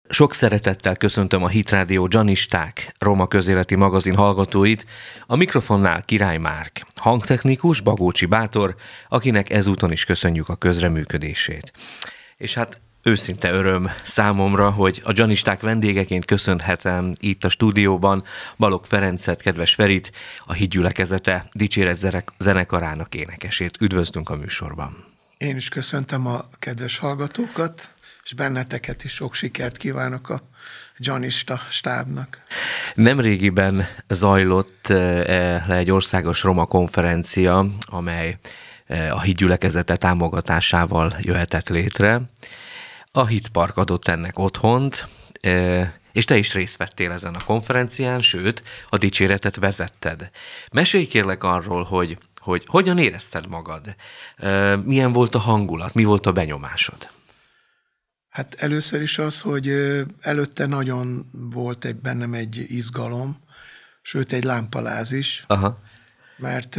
Sok szeretettel köszöntöm a Hit Radio Dzsanisták, roma közéleti magazin hallgatóit, a mikrofonnál Király Márk, hangtechnikus Bagócsi Bátor, akinek ezúton is köszönjük a közreműködését. És hát őszinte öröm számomra, hogy a Dzsanisták vendégeként köszönhetem itt a stúdióban Balogh Ferencet, kedves Ferit, a Hit Gyülekezete Dicséret zenekarának énekesét. Üdvözlünk a műsorban. Én is köszöntöm a kedves hallgatókat, és benneteket is sok sikert kívánok a dzsanista stábnak. Nemrégiben zajlott le egy országos roma konferencia, amely a Hit Gyülekezete támogatásával jöhetett létre. A Hitpark adott ennek otthont, és te is részt vettél ezen a konferencián, sőt, a dicséretet vezetted. Mesélj kérlek arról, hogy hogyan érezted magad, milyen volt a hangulat, mi volt a benyomásod? Hát először is az, hogy előtte nagyon volt bennem egy izgalom, sőt egy lámpaláz is, mert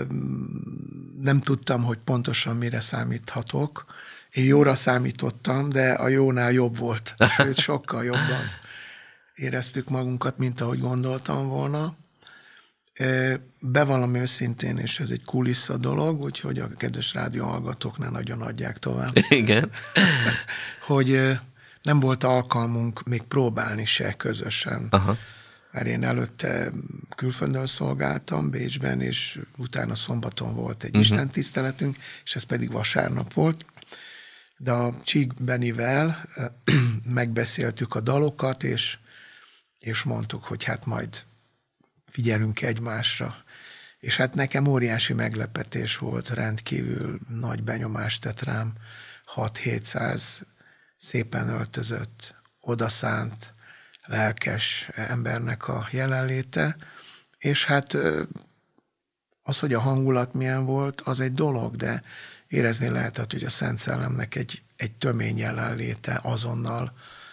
nem tudtam, hogy pontosan mire számíthatok. Én jóra számítottam, de a jónál jobb volt, sőt sokkal jobban éreztük magunkat, mint ahogy gondoltam volna. Bevallom őszintén, és ez egy kulissza dolog, úgyhogy a kedves rádióhallgatók ne nagyon adják tovább. Igen. Hogy nem volt alkalmunk még próbálni se közösen. Aha. Mert én előtte külföldön szolgáltam Bécsben, és utána szombaton volt egy istentiszteletünk, és ez pedig vasárnap volt. De a Csík Benivel megbeszéltük a dalokat, és mondtuk, hogy hát majd figyelünk egymásra. És hát nekem óriási meglepetés volt, rendkívül nagy benyomást tett rám 6-700 szépen öltözött, odaszánt, lelkes embernek a jelenléte, és hát az, hogy a hangulat milyen volt, az egy dolog, de érezni lehetett, hogy a Szent Szellemnek egy tömény jelenléte azonnal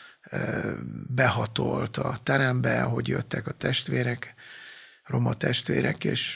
behatolt a terembe, ahogy jöttek a testvérek, roma testvérek, és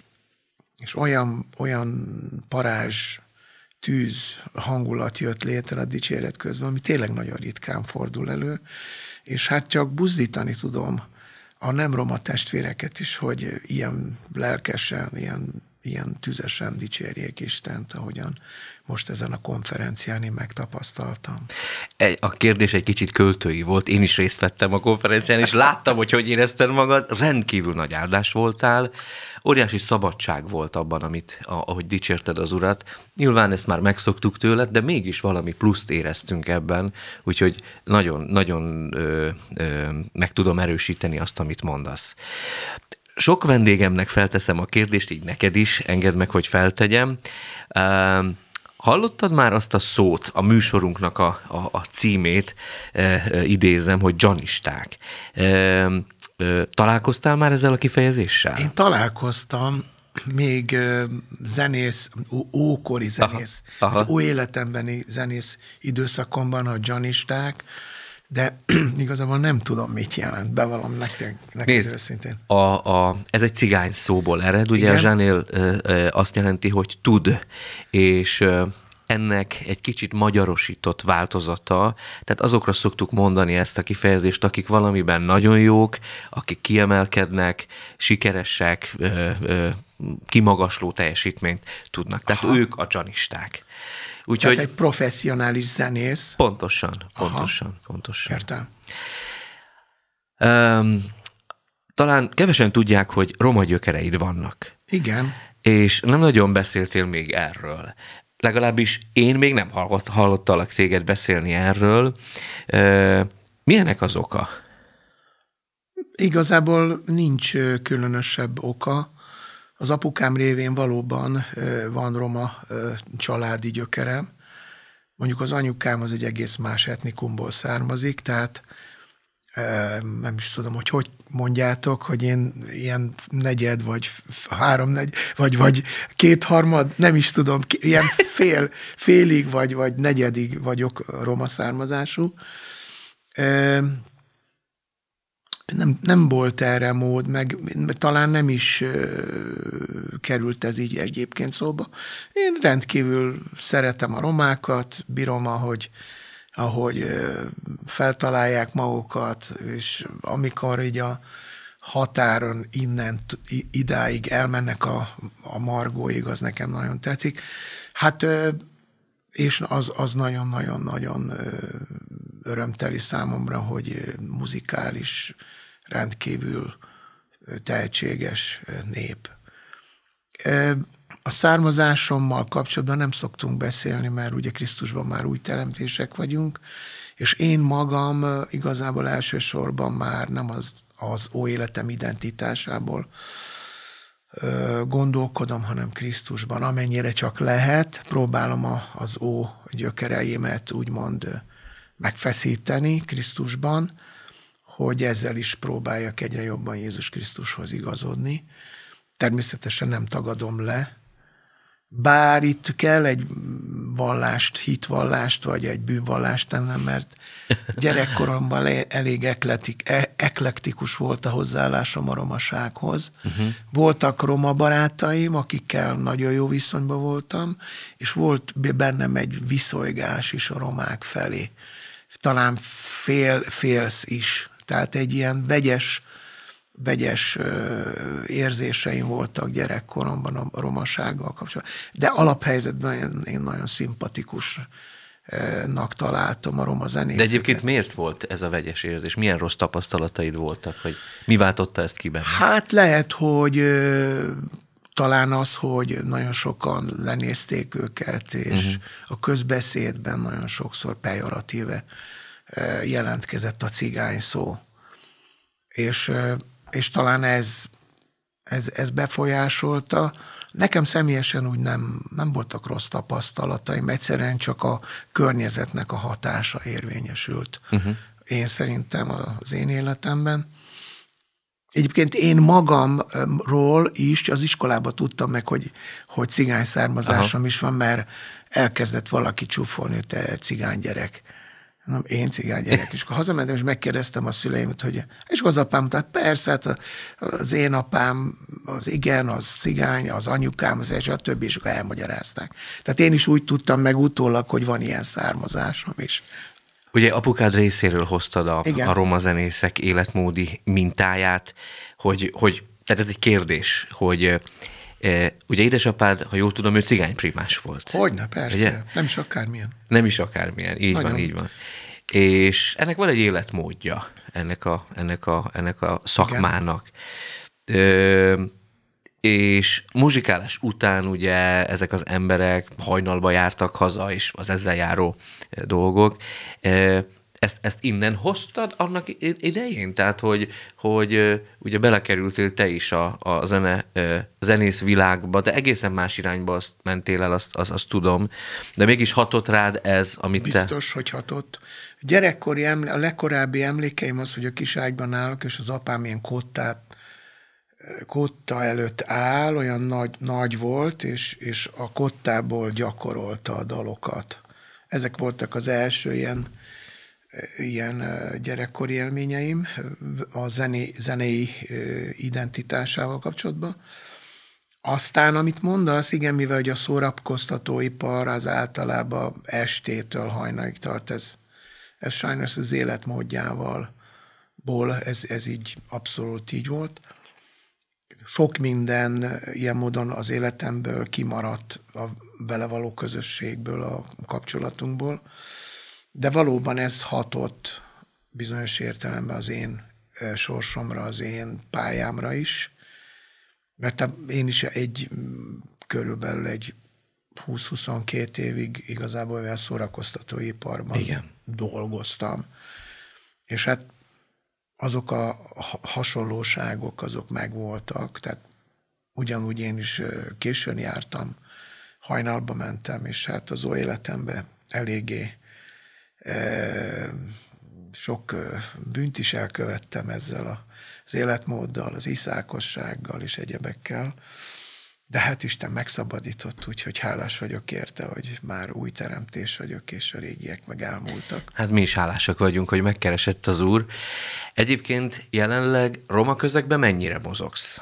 olyan parázs, tűz hangulat jött létre a dicséret közben, ami tényleg nagyon ritkán fordul elő, és hát csak buzdítani tudom a nem roma testvéreket is, hogy ilyen lelkesen, ilyen tüzesen dicsérjék Istent, ahogyan most ezen a konferencián én megtapasztaltam. A kérdés egy kicsit költői volt, én is részt vettem a konferencián, és láttam, hogy érezted magad, rendkívül nagy áldás voltál, óriási szabadság volt abban, ahogy dicsérted az Urat. Nyilván ezt már megszoktuk tőled, de mégis valami pluszt éreztünk ebben, úgyhogy nagyon meg tudom erősíteni azt, amit mondasz. Sok vendégemnek felteszem a kérdést, így neked is, engedd meg, hogy feltegyem. Hallottad már azt a szót, a műsorunknak a címét, idézem, hogy dzsanisták. Találkoztál már ezzel a kifejezéssel? Én találkoztam, még zenész, ókori zenész, óéletembeni zenész időszakomban, a dzsanisták, de igazából nem tudom, mit jelent. Bevallom nektek őszintén. Ez egy cigány szóból ered, ugye a zsánél azt jelenti, hogy tud, és ennek egy kicsit magyarosított változata, tehát azokra szoktuk mondani ezt a kifejezést, akik valamiben nagyon jók, akik kiemelkednek, sikeresek, kimagasló teljesítményt tudnak. Tehát ők a dzsanisták. Tehát egy professzionális zenész. Pontosan. Értem. Talán kevesen tudják, hogy roma gyökereid vannak. Igen. És nem nagyon beszéltél még erről. Legalábbis én még nem hallottalak téged beszélni erről. Milyenek az oka? Igazából nincs különösebb oka. Az apukám révén valóban van roma családi gyökerem. Mondjuk az anyukám az egy egész más etnikumból származik, tehát nem is tudom, hogy mondjátok, hogy én ilyen negyed, vagy háromnegy, vagy kétharmad, nem is tudom, ilyen félig, vagy negyedig vagyok roma származású. Nem volt erre mód, meg talán nem is került ez így egyébként szóba. Én rendkívül szeretem a romákat, bírom, ahogy ahogy feltalálják magukat, és amikor így a határon innen idáig elmennek a Margóig, az nekem nagyon tetszik. Hát, és az nagyon-nagyon-nagyon örömteli számomra, hogy muzikális, rendkívül tehetséges nép. A származásommal kapcsolatban nem szoktunk beszélni, mert ugye Krisztusban már új teremtések vagyunk, és én magam igazából elsősorban már nem az óéletem identitásából gondolkodom, hanem Krisztusban. Amennyire csak lehet, próbálom az ó gyökereimet úgymond megfeszíteni Krisztusban, hogy ezzel is próbáljak egyre jobban Jézus Krisztushoz igazodni. Természetesen nem tagadom le, bár itt kell egy vallást, hitvallást, vagy egy bűnvallást tennem, mert gyerekkoromban elég eklektikus volt a hozzáállásom a romasághoz. Voltak roma barátaim, akikkel nagyon jó viszonyban voltam, és volt bennem egy viszolygás is a romák felé. Talán félsz is. Tehát egy ilyen vegyes érzéseim voltak gyerekkoromban a romasággal kapcsolatban. De alaphelyzetben én nagyon szimpatikusnak találtam a roma zenészeket. De egyébként miért volt ez a vegyes érzés? Milyen rossz tapasztalataid voltak? Vagy mi váltotta ezt ki benne? Hát lehet, hogy talán az, hogy nagyon sokan lenézték őket, és a közbeszédben nagyon sokszor pejoratíve jelentkezett a cigány szó. És talán ez befolyásolta. Nekem személyesen úgy nem voltak rossz tapasztalataim, egyszerűen csak a környezetnek a hatása érvényesült. Én szerintem az én életemben. Egyébként én magamról is az iskolában tudtam meg, hogy cigány származásom is van, mert elkezdett valaki csúfolni, hogy te cigány gyerek. Én cigány gyerek. És akkor hazamentem, és megkérdeztem a szüleimet, hogy és az apám, tehát persze, hát az én apám, az igen, az cigány, az anyukám, az és a többi, és akkor elmagyarázták. Tehát én is úgy tudtam meg utólag, hogy van ilyen származásom is. Ugye apukád részéről hoztad a roma zenészek életmódi mintáját, hogy tehát ez egy kérdés, hogy ugye édesapád, ha jól tudom, ő cigányprimás volt. Hogyne, persze. Ugye? Nem is akármilyen. Nem is akármilyen, így nagyon. Van, így van. És ennek van egy életmódja, ennek a szakmának. És muzsikálás után ugye ezek az emberek hajnalba jártak haza, és az ezzel járó dolgok. Ezt innen hoztad annak idején? Tehát, hogy ugye belekerültél te is a zenész világba, de egészen más irányba mentél el, azt tudom. De mégis hatott rád ez, amit Biztos, hogy hatott. Gyerekkori a legkorábbi emlékeim az, hogy a kiságyban állok, és az apám ilyen kotta előtt áll, olyan nagy volt, és a kottából gyakorolta a dalokat. Ezek voltak az első ilyen gyerekkori élményeim a zenei identitásával kapcsolatban. Aztán, amit mondasz, igen, mivel hogy a szórakoztatóipar az általában estétől hajnalig tart, ez sajnos az életmódjával ez így abszolút így volt. Sok minden ilyen módon az életemből kimaradt a vele való közösségből, a kapcsolatunkból, de valóban ez hatott bizonyos értelemben az én sorsomra, az én pályámra is, mert én is körülbelül egy 20-22 évig igazából olyan szórakoztatóiparban dolgoztam. És hát azok a hasonlóságok, azok megvoltak, tehát ugyanúgy én is későn jártam, hajnalba mentem, és hát az új életemben eléggé sok bűnt is elkövettem ezzel az életmóddal, az iszákossággal és egyebekkel, de hát Isten megszabadított, úgyhogy hálás vagyok érte, hogy már új teremtés vagyok, és a régiek meg elmúltak. Hát mi is hálásak vagyunk, hogy megkeresett az Úr. Egyébként jelenleg roma közegben mennyire mozogsz?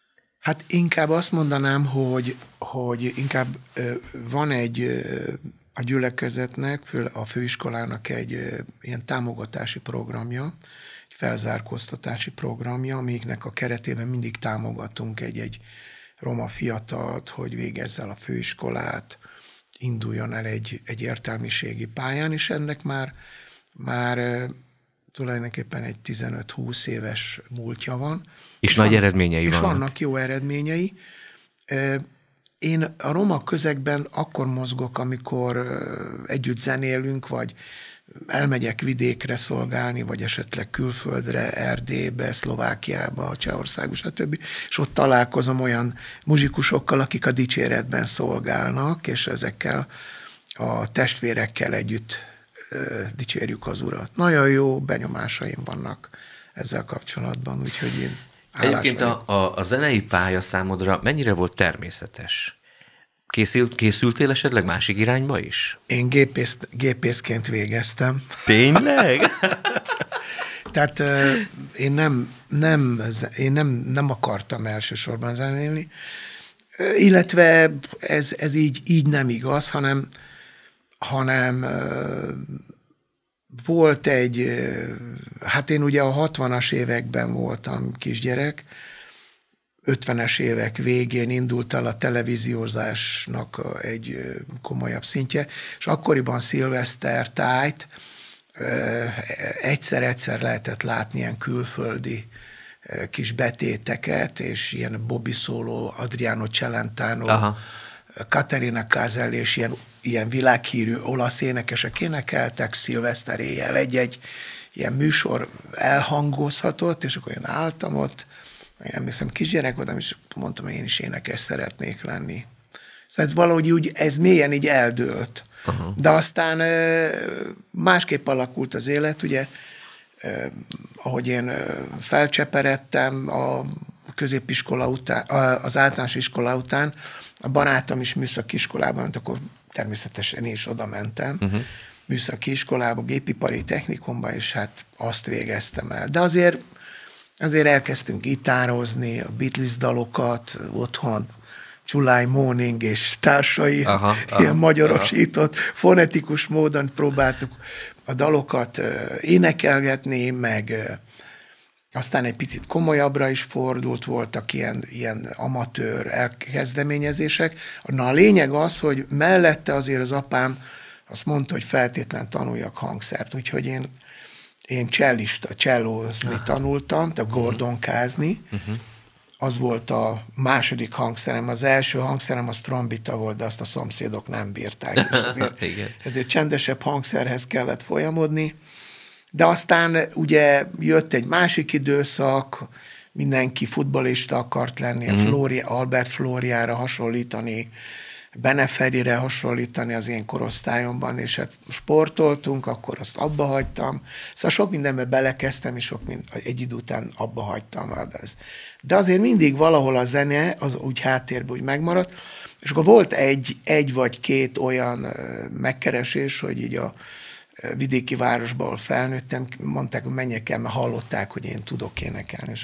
Hát inkább azt mondanám, hogy inkább van egy a gyülekezetnek, a főiskolának egy ilyen támogatási programja, egy felzárkóztatási programja, amiknek a keretében mindig támogatunk egy roma fiatalt, hogy végezze el a főiskolát, induljon el egy értelmiségi pályán, és ennek már tulajdonképpen egy 15-20 éves múltja van. És nagy eredményei vannak. És vannak jó eredményei. Én a roma közegben akkor mozgok, amikor együtt zenélünk, vagy elmegyek vidékre szolgálni, vagy esetleg külföldre, Erdélybe, Szlovákiába, Csehországba, stb. És ott találkozom olyan muzsikusokkal, akik a dicséretben szolgálnak, és ezekkel a testvérekkel együtt dicsérjük az Urat. Nagyon jó benyomásaim vannak ezzel kapcsolatban, úgyhogy én Egyébként a zenei pálya számodra mennyire volt természetes? Készültél esetleg másik irányba is? Én gépészként végeztem. Tényleg? Tehát én nem akartam elsősorban zenélni, illetve ez így nem igaz, hanem volt hát én ugye a 60-as években voltam kisgyerek, 50-es évek végén indult el a televíziózásnak egy komolyabb szintje, és akkoriban szilvesztertájt egyszer-egyszer lehetett látni ilyen külföldi kis betéteket, és ilyen Bobby Solo, Adriano Celentano, aha, Caterina Caselli, és ilyen világhírű olasz énekesek énekeltek szilveszter éjjel. Egy ilyen műsor elhangozhatott, és akkor én álltam ott, én hiszem kisgyerek voltam, és mondtam, hogy én is énekes szeretnék lenni. Szóval valahogy úgy ez mélyen így eldőlt. Uh-huh. De aztán másképp alakult az élet, ugye, ahogy én felcseperedtem a középiskola után, az általános iskola után, a barátom is műszaki iskolában ment, akkor természetesen én is oda mentem, műszaki iskolába, gépipari technikumba, és hát azt végeztem el. De azért elkezdtünk gitározni, a Beatles dalokat otthon, July Morning és társai, ilyen magyarosított, fonetikus módon próbáltuk a dalokat énekelgetni, meg aztán egy picit komolyabbra is fordult, voltak ilyen amatőr elkezdeményezések. Na a lényeg az, hogy mellette azért az apám azt mondta, hogy feltétlen tanuljak hangszert, úgyhogy én csellózni tanultam, tehát gordonkázni. Az volt a második hangszerem. Az első hangszerem az trombita volt, de azt a szomszédok nem bírták. Ezért csendesebb hangszerhez kellett folyamodni. De aztán ugye jött egy másik időszak, mindenki futballista akart lenni, Albert Flóriára hasonlítani, Beneferire hasonlítani az én korosztályomban, és hát sportoltunk, akkor azt abba hagytam. Szóval sok mindenbe belekezdtem, és egy idő után abba hagytam. De azért mindig valahol a zene az úgy háttérben úgy megmaradt, és akkor volt egy vagy két olyan megkeresés, hogy így a vidéki városban, ahol felnőttem, mondták, hogy menjek el, mert hallották, hogy én tudok énekelni,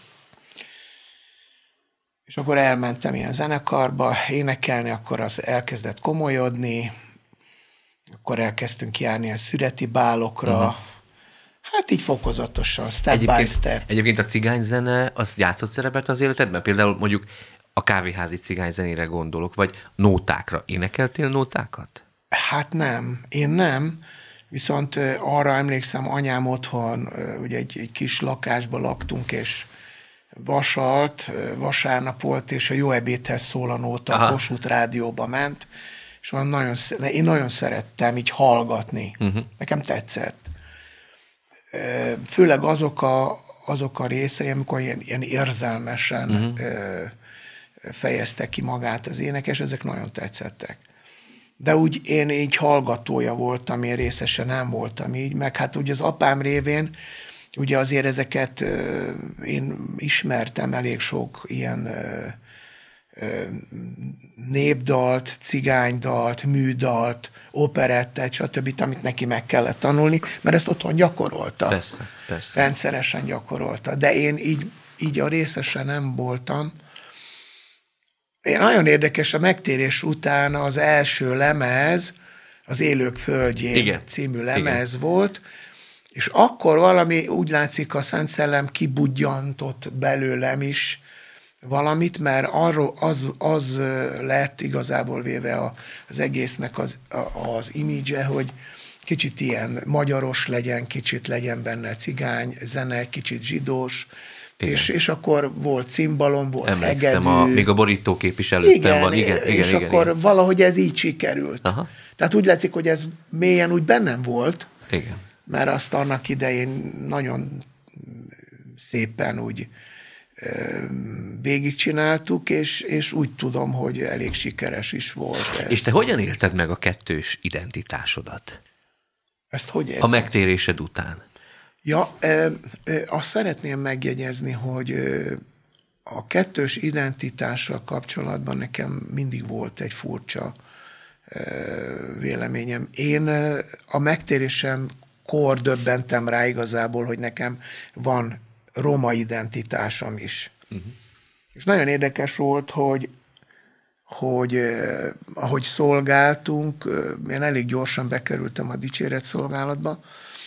és akkor elmentem ilyen zenekarba énekelni, akkor az elkezdett komolyodni, akkor elkezdtünk járni a szüreti bálokra, hát így fokozatosan, step by step. Egyébként a cigányzene, az játszott szerepet az életedben? Például mondjuk a kávéházi cigányzenére gondolok, vagy nótákra. Énekeltél nótákat? Hát nem, én nem. Viszont arra emlékszem, anyám otthon, ugye egy kis lakásban laktunk, és vasárnap volt, és a Jó ebédhez szól a nóta, a Kossuth Rádióba ment, és én nagyon szerettem így hallgatni. Nekem tetszett. Főleg azok a részei, amikor ilyen érzelmesen fejezte ki magát az énekes, ezek nagyon tetszettek. De úgy én így hallgatója voltam, én részesen nem voltam így, meg hát ugye az apám révén, ugye azért ezeket én ismertem elég sok ilyen népdalt, cigánydalt, műdalt, operettet, stb., amit neki meg kellett tanulni, mert ezt otthon gyakorolta. Persze. Rendszeresen gyakorolta. De én így a részesen nem voltam. Nagyon érdekes, a megtérés után az első lemez, az Élők Földjén Igen. című lemez volt, és akkor valami, úgy látszik, a Szent Szellem kibudjantott belőlem is valamit, mert arról az lett igazából véve az egésznek az imidzse, hogy kicsit ilyen magyaros legyen, kicsit legyen benne cigány zene, kicsit zsidós, és akkor volt cimbalom, volt emlékszem, hegedű. még a borítókép is előttem van. Igen, akkor valahogy ez így sikerült. Aha. Tehát úgy látszik, hogy ez mélyen úgy bennem volt, Igen. mert azt annak idején nagyon szépen úgy végigcsináltuk, és úgy tudom, hogy elég sikeres is volt. És te hogyan élted meg a kettős identitásodat? Ezt hogy érted? A megtérésed után. Ja, azt szeretném megjegyezni, hogy a kettős identitással kapcsolatban nekem mindig volt egy furcsa véleményem. Én a megtérésemkor döbbentem rá igazából, hogy nekem van roma identitásom is. Uh-huh. És nagyon érdekes volt, hogy ahogy szolgáltunk, én elég gyorsan bekerültem a dicséret szolgálatba,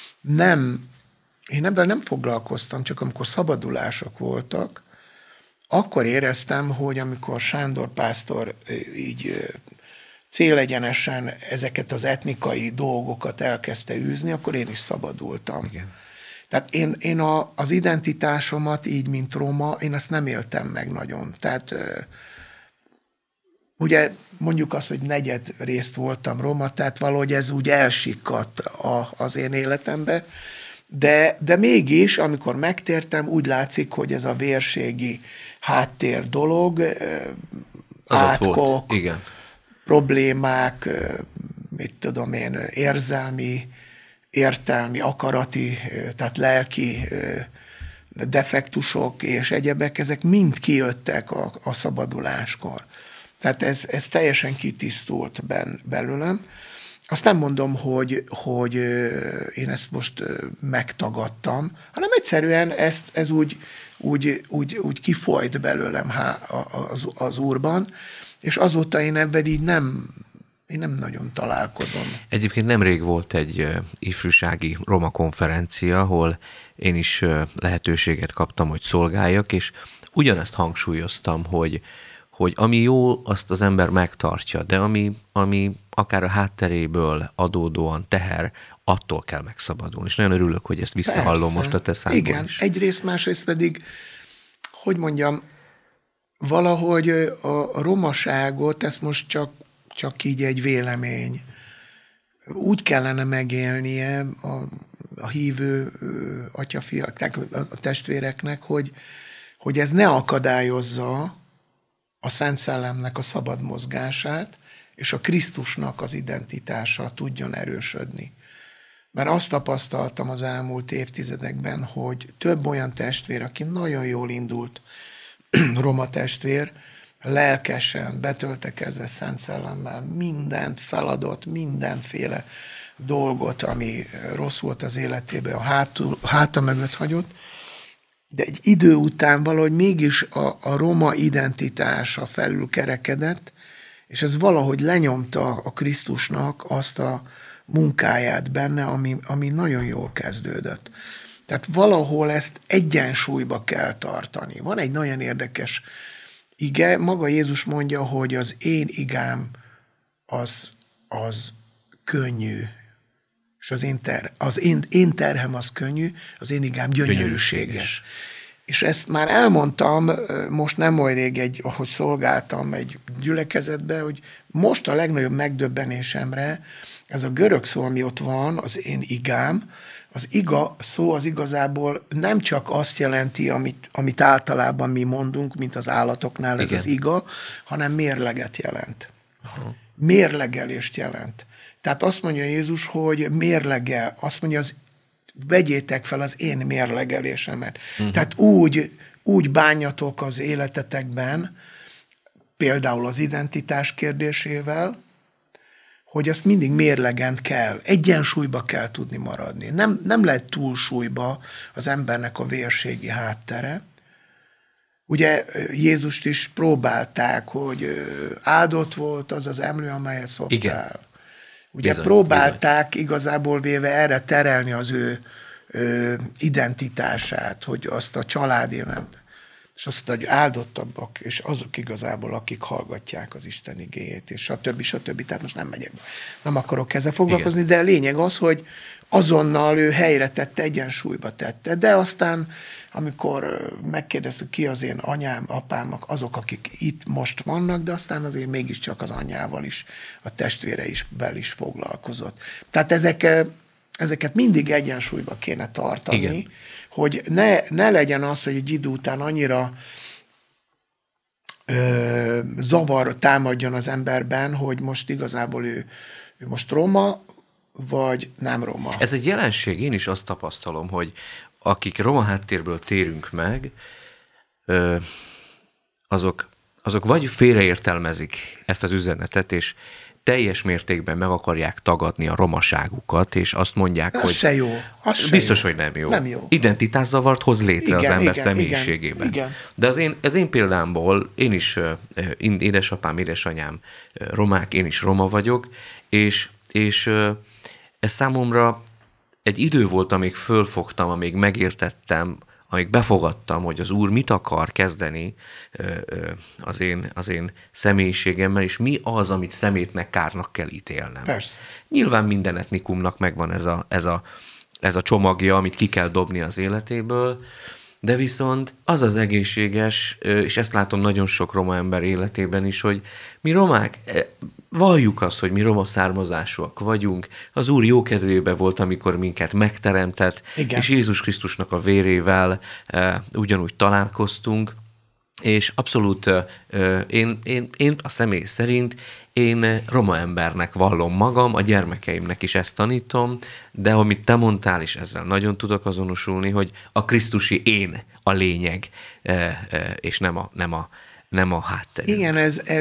én ebben nem foglalkoztam, csak amikor szabadulások voltak, akkor éreztem, hogy amikor Sándor pásztor így célegyenesen ezeket az etnikai dolgokat elkezdte űzni, akkor én is szabadultam. Igen. Tehát én az identitásomat így, mint roma, én azt nem éltem meg nagyon. Tehát ugye mondjuk azt, hogy negyed részt voltam roma, tehát valahogy ez úgy elsikkadt az én életembe, de mégis, amikor megtértem, úgy látszik, hogy ez a vérségi háttér dolog, átkok, igen, problémák, mit tudom én, értelmi, akarati, tehát lelki defektusok és egyebek, ezek mind kijöttek a szabaduláskor. Tehát ez teljesen kitisztult belőlem. Azt nem mondom, hogy én ezt most megtagadtam, hanem egyszerűen ez úgy kifolyt belőlem az Úrban, és azóta én ebben így nem nagyon találkozom. Egyébként nemrég volt egy ifjúsági roma konferencia, ahol én is lehetőséget kaptam, hogy szolgáljak, és ugyanezt hangsúlyoztam, hogy ami jó, azt az ember megtartja, de ami akár a hátteréből adódóan teher, attól kell megszabadulni. És nagyon örülök, hogy ezt visszahallom. Persze. Most a te számból igen, is. Egyrészt, másrészt pedig, hogy mondjam, valahogy a romaságot, ez most csak így egy vélemény, úgy kellene megélnie a hívő atyafiaknak, a testvéreknek, hogy ez ne akadályozza a Szent Szellemnek a szabad mozgását, és a Krisztusnak az identitása tudjon erősödni. Mert azt tapasztaltam az elmúlt évtizedekben, hogy több olyan testvér, aki nagyon jól indult, roma testvér, lelkesen, betöltekezve Szent Szellemmel mindent feladott, mindenféle dolgot, ami rossz volt az életében, a háta mögött hagyott, de egy idő után valahogy mégis a roma identitása felülkerekedett, és ez valahogy lenyomta a Krisztusnak azt a munkáját benne, ami nagyon jól kezdődött. Tehát valahol ezt egyensúlyba kell tartani. Van egy nagyon érdekes ige, maga Jézus mondja, hogy az én igám az könnyű, és az én terhem az könnyű, az én igám gyönyörűséges. És ezt már elmondtam, most nem olyan rég, ahogy szolgáltam egy gyülekezetbe, hogy most a legnagyobb megdöbbenésemre ez a görög szó, ami ott van, az én igám, az iga szó az igazából nem csak azt jelenti, amit általában mi mondunk, mint az állatoknál, ez az iga, hanem mérleget jelent. Aha. Mérlegelést jelent. Tehát azt mondja Jézus, hogy mérlegel, azt mondja, vegyétek fel az én mérlegelésemet. Tehát úgy bánjatok az életetekben, például az identitás kérdésével, hogy azt mindig mérlegent kell, egyensúlyba kell tudni maradni. Nem lehet túlsúlyba az embernek a vérségi háttere. Ugye Jézust is próbálták, hogy áldott volt az az emlő, amelyet szoptál. ugye bizony, próbálták igazából véve erre terelni az ő identitását, hogy azt a családélet, és azt, hogy áldottabbak, és azok igazából, akik hallgatják az Isten igéjét, és stb. Tehát most nem megyek, nem akarok ezzel foglalkozni, igen. De a lényeg az, hogy azonnal ő helyre tette, egyensúlyba tette, de aztán, amikor megkérdeztük, ki az én anyám, apámnak, azok, akik itt most vannak, de aztán azért mégiscsak az anyjával is, a testvére is foglalkozott. Tehát ezeket mindig egyensúlyba kéne tartani, igen. Hogy ne legyen az, hogy egy idő után annyira zavar támadjon az emberben, hogy most igazából ő most roma, vagy nem roma. Ez egy jelenség, én is azt tapasztalom, hogy akik roma háttérből térünk meg, azok vagy félreértelmezik ezt az üzenetet, és teljes mértékben meg akarják tagadni a romaságukat, és azt mondják, hogy se jó. Biztos, hogy nem jó. Nem jó. Identitászavart hoz létre az ember személyiségében. Igen. De az én példámból, én is, édesapám, édesanyám romák, én is roma vagyok, és ez számomra egy idő volt, amíg fölfogtam, amíg megértettem, amíg befogadtam, hogy az Úr mit akar kezdeni az én személyiségemmel, és mi az, amit szemétnek, kárnak kell ítélnem. Persze. Nyilván minden etnikumnak megvan ez a csomagja, amit ki kell dobni az életéből, de viszont az egészséges, és ezt látom nagyon sok roma ember életében is, hogy mi romák valljuk azt, hogy mi roma származásúak vagyunk, az Úr jókedvébe volt, amikor minket megteremtett, igen. És Jézus Krisztusnak a vérével ugyanúgy találkoztunk, és abszolút én a személy szerint én roma embernek vallom magam, a gyermekeimnek is ezt tanítom, de amit te mondtál, és ezzel nagyon tudok azonosulni, hogy a krisztusi én a lényeg, és nem a háttér. Igen,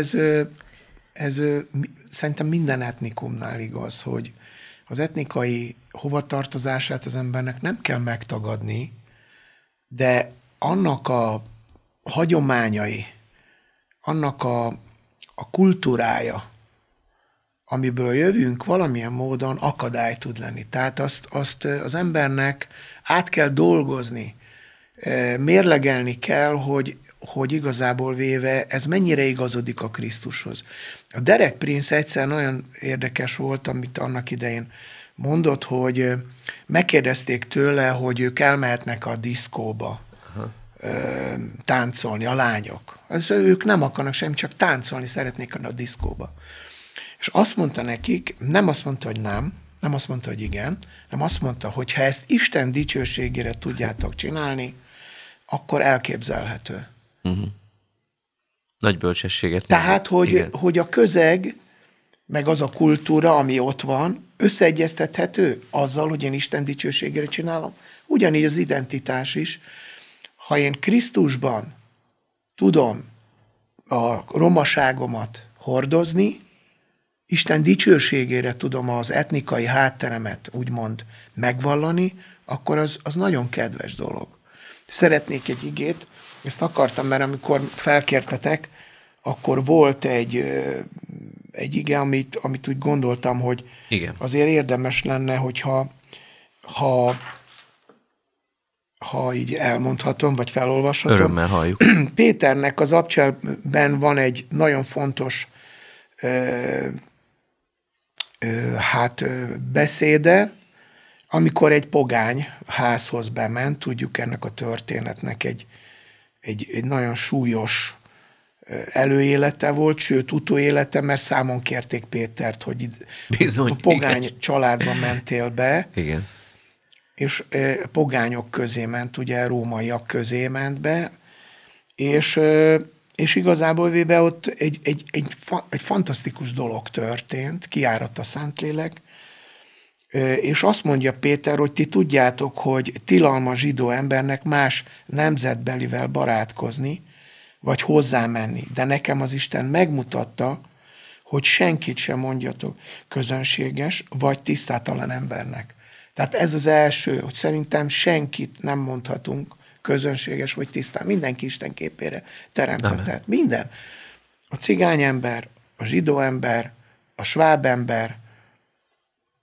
ez szerintem minden etnikumnál igaz, hogy az etnikai hovatartozását az embernek nem kell megtagadni, de annak a hagyományai, annak a kultúrája, amiből jövünk, valamilyen módon akadály tud lenni. Tehát azt az embernek át kell dolgozni, mérlegelni kell, hogy igazából véve ez mennyire igazodik a Krisztushoz. A Derek Prince egyszer nagyon érdekes volt, amit annak idején mondott, hogy megkérdezték tőle, hogy ők elmehetnek a diszkóba táncolni, a lányok. Ők nem akarnak sem, csak táncolni szeretnék a diszkóba. És azt mondta nekik, nem azt mondta, hogy nem azt mondta, hogy igen, nem azt mondta, hogy ha ezt Isten dicsőségére tudjátok csinálni, akkor elképzelhető. Uh-huh. Nagy bölcsességet. Tehát, hogy a közeg, meg az a kultúra, ami ott van, összeegyeztethető azzal, hogy én Isten dicsőségére csinálom. Ugyanígy az identitás is. Ha én Krisztusban tudom a romaságomat hordozni, Isten dicsőségére tudom az etnikai hátteremet úgymond megvallani, akkor az nagyon kedves dolog. Szeretnék egy igét, ezt akartam, mert amikor felkértetek, akkor volt egy ige, amit úgy gondoltam, hogy igen. Azért érdemes lenne, hogyha így elmondhatom, vagy felolvashatom. Örömmel halljuk. Péternek az Abcselben van egy nagyon fontos beszéde, amikor egy pogány házhoz bement, tudjuk ennek a történetnek egy nagyon súlyos előélete volt, sőt utóélete, mert számon kérték Pétert, hogy bizony, a pogány igen. családba mentél be, igen. És pogányok közé ment, ugye rómaiak közé ment be, és igazából véve ott egy fantasztikus dolog történt, kiáradt a Szentlélek, és azt mondja Péter, hogy ti tudjátok, hogy tilalmas zsidó embernek más nemzetbelivel barátkozni, vagy hozzámenni. De nekem az Isten megmutatta, hogy senkit sem mondjatok közönséges, vagy tisztátalan embernek. Tehát ez az első, hogy szerintem senkit nem mondhatunk közönséges, vagy tisztán. Mindenki Isten képére teremtett. Minden. A cigány ember, a zsidó ember, a sváb ember,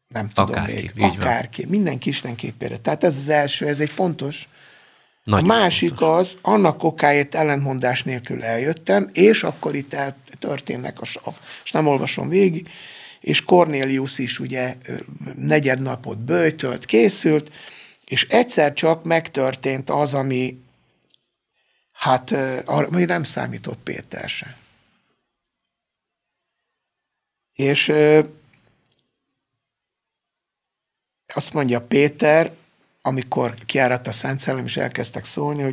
nem tudom akárki, még, akárki, mindenki Isten képére. Tehát ez az első, ez egy fontos. Nagyon a másik fontos. az, annak okáért ellentmondás nélkül eljöttem, és akkor itt történnek, és nem olvasom végig, és Cornélius is ugye negyednapot böjtölt, készült, és egyszer csak megtörtént az, ami hát ami nem számított Péter se. És azt mondja Péter, amikor kiáradt a Szent Szellem, és elkezdtek szólni,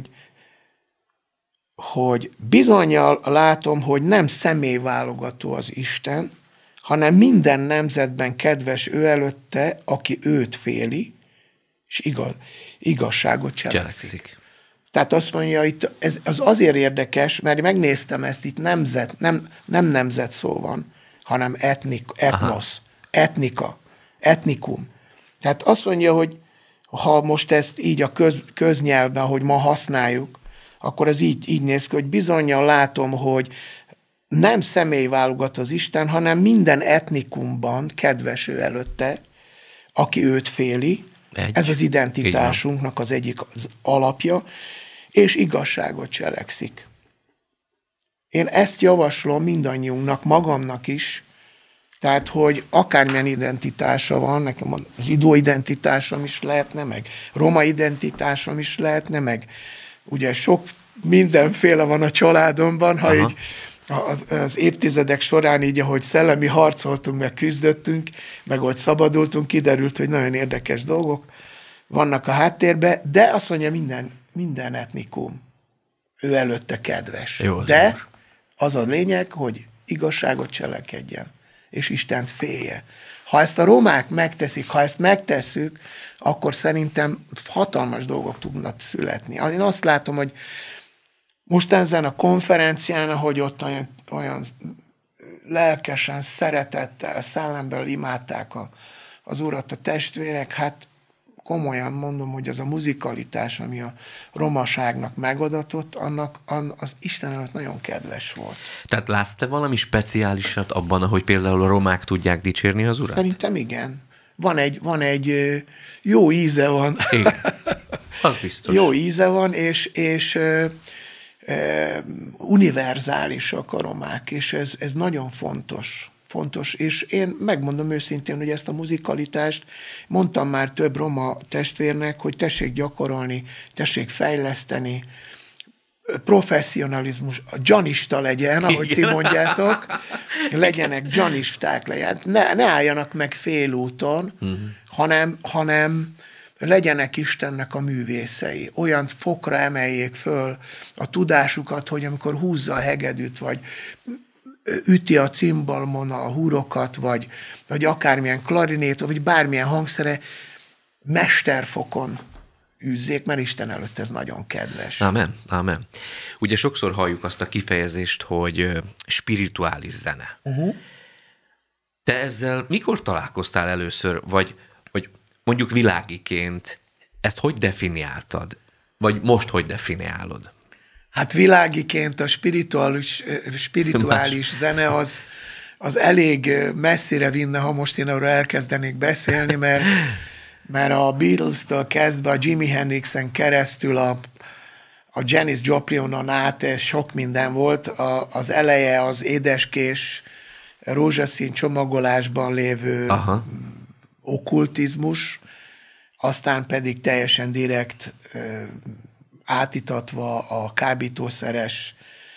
hogy bizonnyal látom, hogy nem személyválogató az Isten, hanem minden nemzetben kedves ő előtte, aki őt féli, és igazságot cselekszik. Tehát azt mondja, itt ez azért érdekes, mert megnéztem ezt, itt nem nemzet szó van, hanem etnosz, etnika, etnikum. Tehát azt mondja, hogy ha most ezt így a köznyelvben, ahogy ma használjuk, akkor ez így néz ki, hogy bizonnyal látom, hogy nem személyválogat az Isten, hanem minden etnikumban kedves ő előtte, aki őt féli. Ez az identitásunknak az egyik az alapja, és igazságot cselekszik. Én ezt javaslom mindannyiunknak, magamnak is, tehát, hogy akármilyen identitása van, nekem a zsidó identitásom is lehetne, meg roma identitásom is lehetne, meg ugye sok mindenféle van a családomban, ha így az évtizedek során így, ahogy szellemi harcoltunk, meg küzdöttünk, meg ahogy szabadultunk, kiderült, hogy nagyon érdekes dolgok vannak a háttérben, de azt mondja, minden etnikum ő előtte kedves. Jó, de az a lényeg, hogy igazságot cselekedjen, és Istent félje. Ha ezt a romák megteszik, ha ezt megtesszük, akkor szerintem hatalmas dolgok tudnak születni. Én azt látom, hogy most ezen a konferencián, ahogy ott olyan lelkesen, szeretettel, szellemből imádták az Urat a testvérek, hát komolyan mondom, hogy az a muzikalitás, ami a romaságnak megadatott, annak az Isten előtt nagyon kedves volt. Tehát látsz te valami speciálisat abban, ahogy például a romák tudják dicsérni az Urat? Szerintem igen. Van egy jó íze van. Igen, az biztos. Jó íze van, és univerzálisak a romák, és ez nagyon fontos, és én megmondom őszintén, hogy ezt a muzikalitást mondtam már több roma testvérnek, hogy tessék gyakorolni, tessék fejleszteni, professzionalizmus, dzsanista legyen, ahogy ti mondjátok, legyenek dzsanisták, ne álljanak meg félúton, hanem legyenek Istennek a művészei. Olyan fokra emeljék föl a tudásukat, hogy amikor húzza a hegedűt, vagy üti a cimbalmon a húrokat, vagy akármilyen klarinét, vagy bármilyen hangszere, mesterfokon űzzék, mert Isten előtt ez nagyon kedves. Amen, amen. Ugye sokszor halljuk azt a kifejezést, hogy spirituális zene. Te ezzel mikor találkoztál először, vagy mondjuk világiként ezt hogy definiáltad? Vagy most hogy definiálod? Hát világiként a spirituális zene az elég messzire vinne, ha most én arról elkezdenék beszélni, mert a Beatles-től kezdve a Jimi Hendrixen keresztül a Janis Joplin-on át sok minden volt. Az eleje az édeskés, rózsaszín csomagolásban lévő okkultizmus, aztán pedig teljesen direkt átítatva a kábítószeres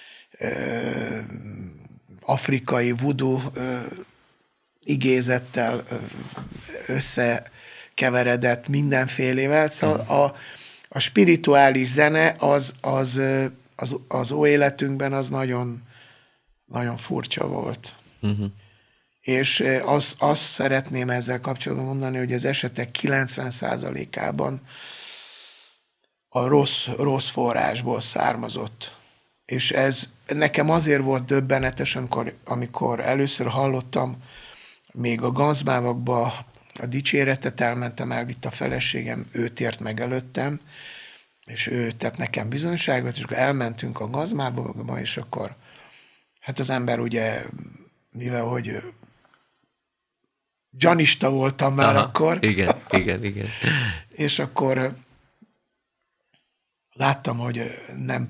afrikai voodoo igézettel összekeveredett mindenfélével. Szóval a spirituális zene az életünkben az nagyon, nagyon furcsa volt. És azt szeretném ezzel kapcsolatban mondani, hogy az esetek 90%-ában a rossz forrásból származott. És ez nekem azért volt döbbenetes, amikor először hallottam, még a Ganzmávakba a dicséretet elmentem, elvitt a feleségem, ő tért meg előttem, és ő tett nekem bizonyságot, és akkor elmentünk a Ganzmávakba, és akkor hát az ember ugye, mivel hogy dzsanista voltam már akkor. Igen. És akkor láttam, hogy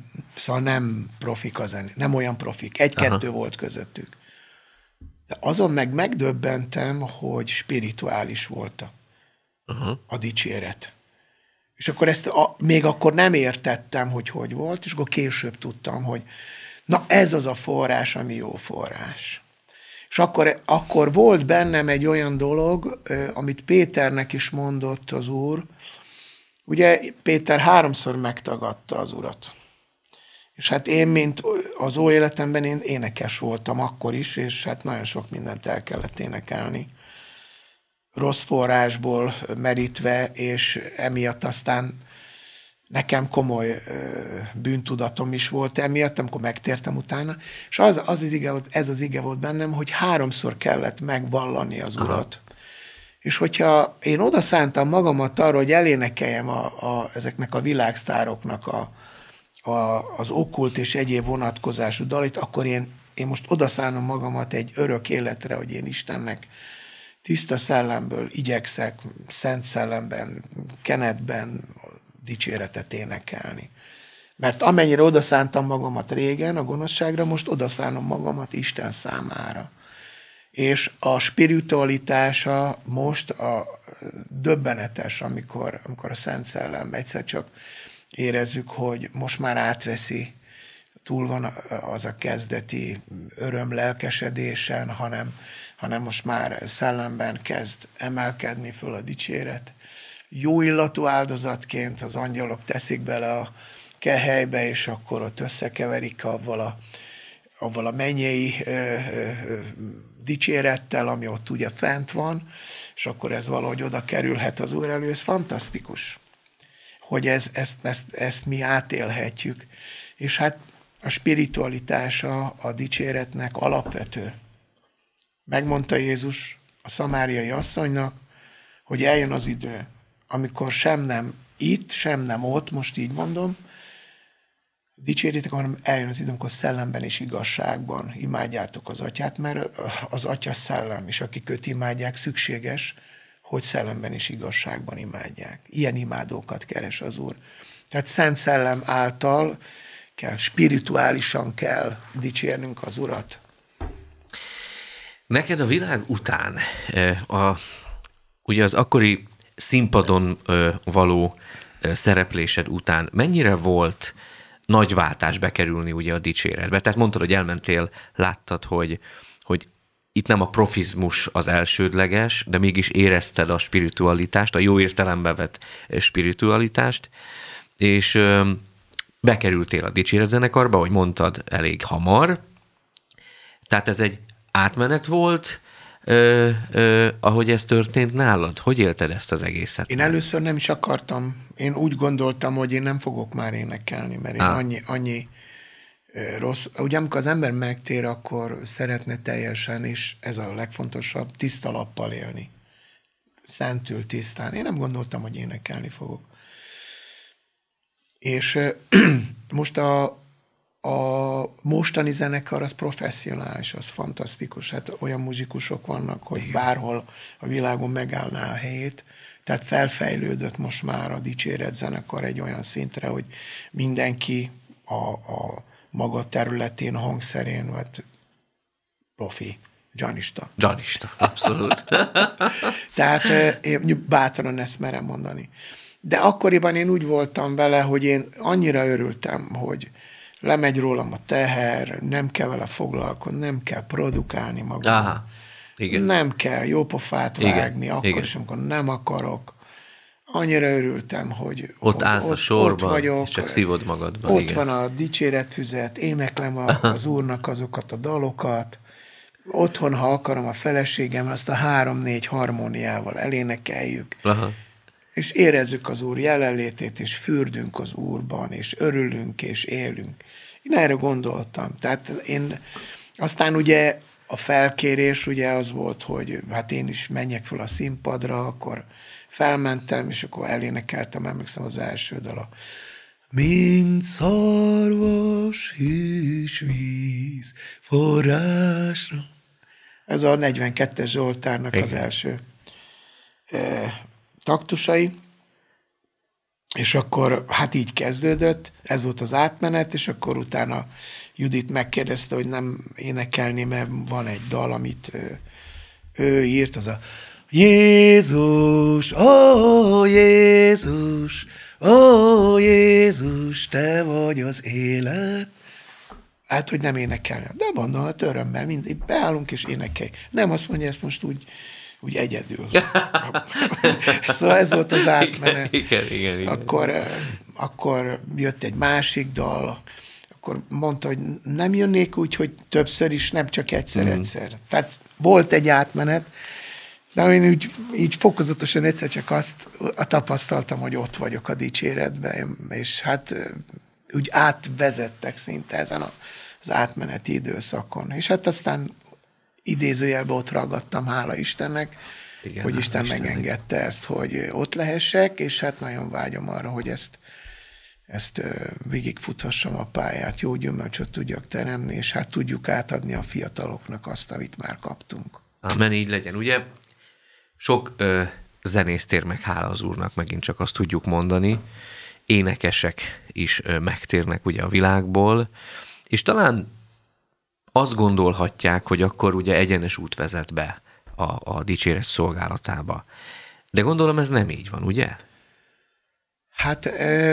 nem profik a zené, nem olyan profik. Egy-kettő volt közöttük. De azon megdöbbentem, hogy spirituális volt a dicséret. És akkor ezt még akkor nem értettem, hogy volt, és akkor később tudtam, hogy na ez az a forrás, ami jó forrás. És akkor volt bennem egy olyan dolog, amit Péternek is mondott az Úr. Ugye Péter 3-szor megtagadta az Urat. És hát én, mint az ó életemben, én énekes voltam akkor is, és hát nagyon sok mindent el kellett énekelni. Rossz forrásból merítve, és emiatt aztán nekem komoly bűntudatom is volt emiatt, amikor megtértem utána, és ez az ige volt bennem, hogy 3-szor kellett megvallani az Urat. És hogyha én odaszántam magamat arra, hogy elénekeljem ezeknek a világsztároknak az okkult és egyéb vonatkozású dalit, akkor én most odaszánom magamat egy örök életre, hogy én Istennek tiszta szellemből igyekszek, szent szellemben, kenetben dicséretet énekelni. Mert amennyire odaszántam magamat régen a gonoszságra, most odaszánom magamat Isten számára. És a spiritualitása most a döbbenetes, amikor a Szent Szellem egyszer csak érezzük, hogy most már átveszi, túl van az a kezdeti öröm lelkesedésen, hanem most már szellemben kezd emelkedni föl a dicséret. Jó illatú áldozatként az angyalok teszik bele a kehelybe, és akkor ott összekeverik avval a mennyei dicsérettel, ami ott ugye fent van, és akkor ez valahogy oda kerülhet az Úr elő. Ez fantasztikus, hogy ezt mi átélhetjük. És hát a spiritualitása a dicséretnek alapvető. Megmondta Jézus a szamáriai asszonynak, hogy eljön az idő, amikor sem nem itt, sem nem ott, most így mondom, dicsérjétek, hanem eljön az idő, amikor szellemben és igazságban imádjátok az Atyát, mert az Atya szellem, és akik őt imádják, szükséges, hogy szellemben és igazságban imádják. Ilyen imádókat keres az Úr. Tehát Szent Szellem által spirituálisan kell dicsérnünk az Urat. Neked a világ után, ugye az akkori színpadon való szereplésed után mennyire volt nagy váltás bekerülni ugye a dicséretbe? Tehát mondtad, hogy elmentél, láttad, hogy itt nem a profizmus az elsődleges, de mégis érezted a spiritualitást, a jó értelembe vett spiritualitást, és bekerültél a dicséretzenekarba, ahogy mondtad, elég hamar. Tehát ez egy átmenet volt, ahogy ez történt nálad? Hogy élted ezt az egészet? Én először nem is akartam. Én úgy gondoltam, hogy én nem fogok már énekelni, mert én annyi rossz. Ugye amikor az ember megtér, akkor szeretne teljesen, és ez a legfontosabb, tiszta lappal élni. Szentül tisztán. Én nem gondoltam, hogy énekelni fogok. És most a mostani zenekar az professzionális, az fantasztikus. Hát olyan muzsikusok vannak, hogy bárhol a világon megállná a helyét. Tehát felfejlődött most már a dicséret zenekar egy olyan szintre, hogy mindenki a maga területén, a hangszerén, vagy profi, dzsanista. Dzsanista, abszolút. Tehát én bátran ezt merem mondani. De akkoriban én úgy voltam vele, hogy én annyira örültem, hogy lemegy rólam a teher, nem kell vele foglalkozni, nem kell produkálni magam. Aha, igen. Nem kell jópofát vágni, igen, akkor igen. is, amikor nem akarok. Annyira örültem, hogy ott állsz a sorban, ott vagyok, és csak szívod magadban. Ott igen. van a dicséretfüzet, éneklem az Úrnak azokat a dalokat. Otthon, ha akarom, a feleségem, azt a 3-4 harmóniával elénekeljük. Aha. És érezzük az Úr jelenlétét, és fürdünk az Úrban, és örülünk, és élünk. Én erre gondoltam. Tehát aztán ugye a felkérés ugye az volt, hogy hát én is menjek fel a színpadra, akkor felmentem, és akkor elénekeltem, emlékszem az első dal, mint szarvas hűs víz forrásra. Ez a 42-es Zsoltárnak az első taktusai, és akkor hát így kezdődött, ez volt az átmenet, és akkor utána Judit megkérdezte, hogy nem énekelni, mert van egy dal, amit ő írt, az a Jézus, ó Jézus, ó Jézus, te vagy az élet. Hát, hogy nem énekelni. De mondom, hát örömmel mindig beállunk és énekelj. Nem azt mondja, ezt most úgy egyedül. Szóval ez volt az átmenet. Igen. Akkor jött egy másik dal, akkor mondta, hogy nem jönnék úgy, hogy többször is, nem csak egyszer. Tehát volt egy átmenet, de én így fokozatosan egyszer csak azt tapasztaltam, hogy ott vagyok a dicséretben, és hát úgy átvezettek szinte ezen az átmeneti időszakon. És hát aztán idézőjelben ott ragadtam, hála Istennek, igen, hogy Isten megengedte ezt, hogy ott lehessek, és hát nagyon vágyom arra, hogy ezt végigfuthassam a pályát, jó gyümölcsöt tudjak teremni, és hát tudjuk átadni a fiataloknak azt, amit már kaptunk. Amen, így legyen. Ugye sok zenész tér meg, hála az Úrnak, megint csak azt tudjuk mondani, énekesek is megtérnek ugye a világból, és talán azt gondolhatják, hogy akkor ugye egyenes út vezet be a dicséret szolgálatába. De gondolom ez nem így van, ugye? Hát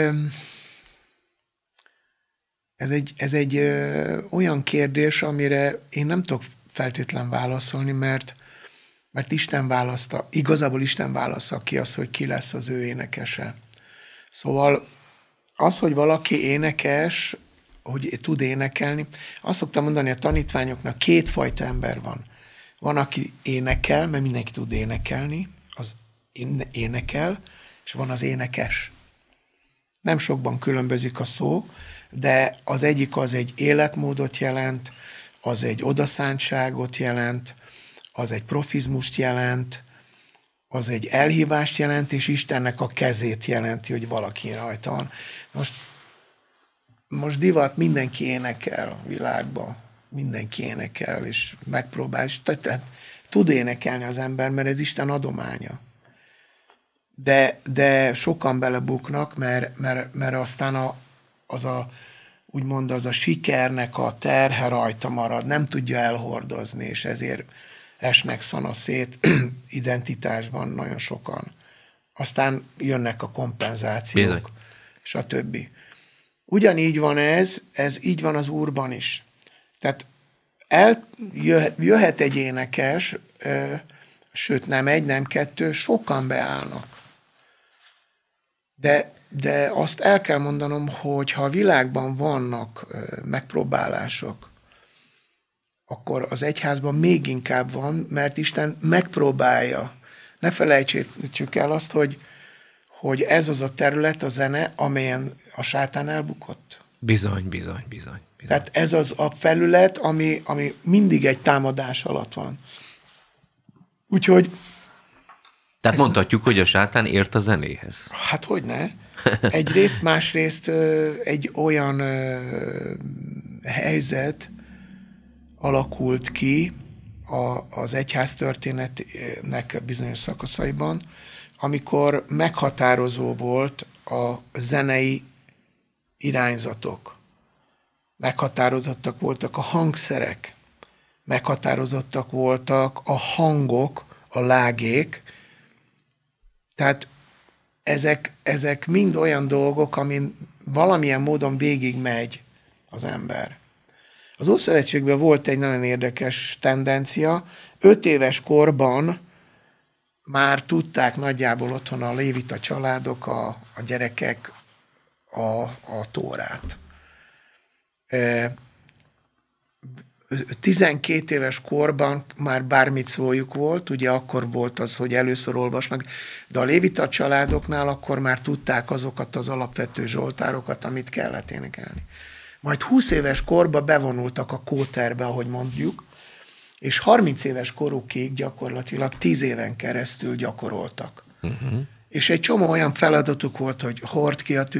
ez egy olyan kérdés, amire én nem tudok feltétlen válaszolni, mert Isten választa, igazából Isten válaszza ki azt, hogy ki lesz az ő énekese. Szóval az, hogy valaki énekes, hogy tud énekelni, azt szoktam mondani a tanítványoknak, kétfajta ember van. Van, aki énekel, mert mindenki tud énekelni, az énekel, és van az énekes. Nem sokban különbözik a szó, de az egyik az egy életmódot jelent, az egy odaszántságot jelent, az egy profizmust jelent, az egy elhívást jelent, és Istennek a kezét jelenti, hogy valaki rajta van. Most divat, mindenki énekel a világban, mindenki énekel, és megpróbál, és tehát tud énekelni az ember, mert ez Isten adománya. De sokan belebuknak, mert aztán úgymond az a sikernek a terhe rajta marad, nem tudja elhordozni, és ezért esnek szanaszét identitásban nagyon sokan. Aztán jönnek a kompenzációk, bizony, stb. Ugyanígy van ez így van az Úrban is. Tehát jöhet egy énekes, sőt nem egy, nem kettő, sokan beállnak. De azt el kell mondanom, hogy ha a világban vannak megpróbálások, akkor az egyházban még inkább van, mert Isten megpróbálja. Ne felejtsük el azt, hogy ez az a terület, a zene, amelyen a sátán elbukott. Bizony. Tehát ez az a felület, ami mindig egy támadás alatt van. Úgyhogy... Tehát mondhatjuk, hogy a sátán ért a zenéhez. Hát hogyne. Egyrészt, másrészt egy olyan helyzet alakult ki az egyház történetnek bizonyos szakaszaiban, amikor meghatározó volt a zenei irányzatok. Meghatározottak voltak a hangszerek, meghatározottak voltak a hangok, a lágék. Tehát ezek mind olyan dolgok, amin valamilyen módon végigmegy az ember. Az Ószövetségben volt egy nagyon érdekes tendencia. 5 éves korban már tudták nagyjából otthon a lévita családok, a gyerekek a tórát. 12 éves korban már bármicvójuk volt, ugye akkor volt az, hogy először olvasnak, de a lévita családoknál akkor már tudták azokat az alapvető zsoltárokat, amit kellett énekelni. Majd 20 éves korba bevonultak a kóterbe, ahogy mondjuk, és 30 éves korukig gyakorlatilag 10 éven keresztül gyakoroltak. Uh-huh. És egy csomó olyan feladatuk volt, hogy hord ki a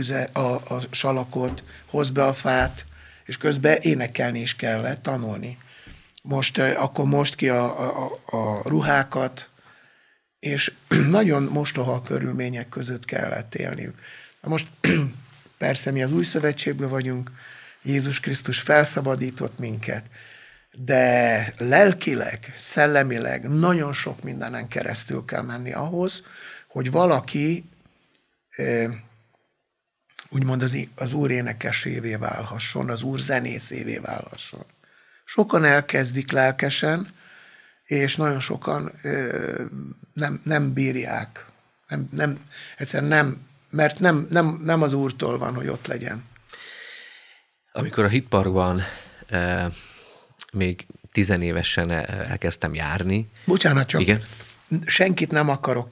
salakot, hozd be a fát, és közben énekelni is kellett, tanulni. akkor most ki a ruhákat, és nagyon mostoha körülmények között kellett élniük. Most persze mi az új szövetségben vagyunk, Jézus Krisztus felszabadított minket, de lelkileg, szellemileg nagyon sok mindenen keresztül kell menni ahhoz, hogy valaki úgymond az Úr énekesévé válhasson, az Úr zenészévé válhasson. Sokan elkezdik lelkesen, és nagyon sokan nem bírják. Egyszerűen nem, mert nem az Úrtól van, hogy ott legyen. Amikor a Hitparkban még 10 évesen elkezdtem járni. Bocsánat, csak igen? Senkit nem akarok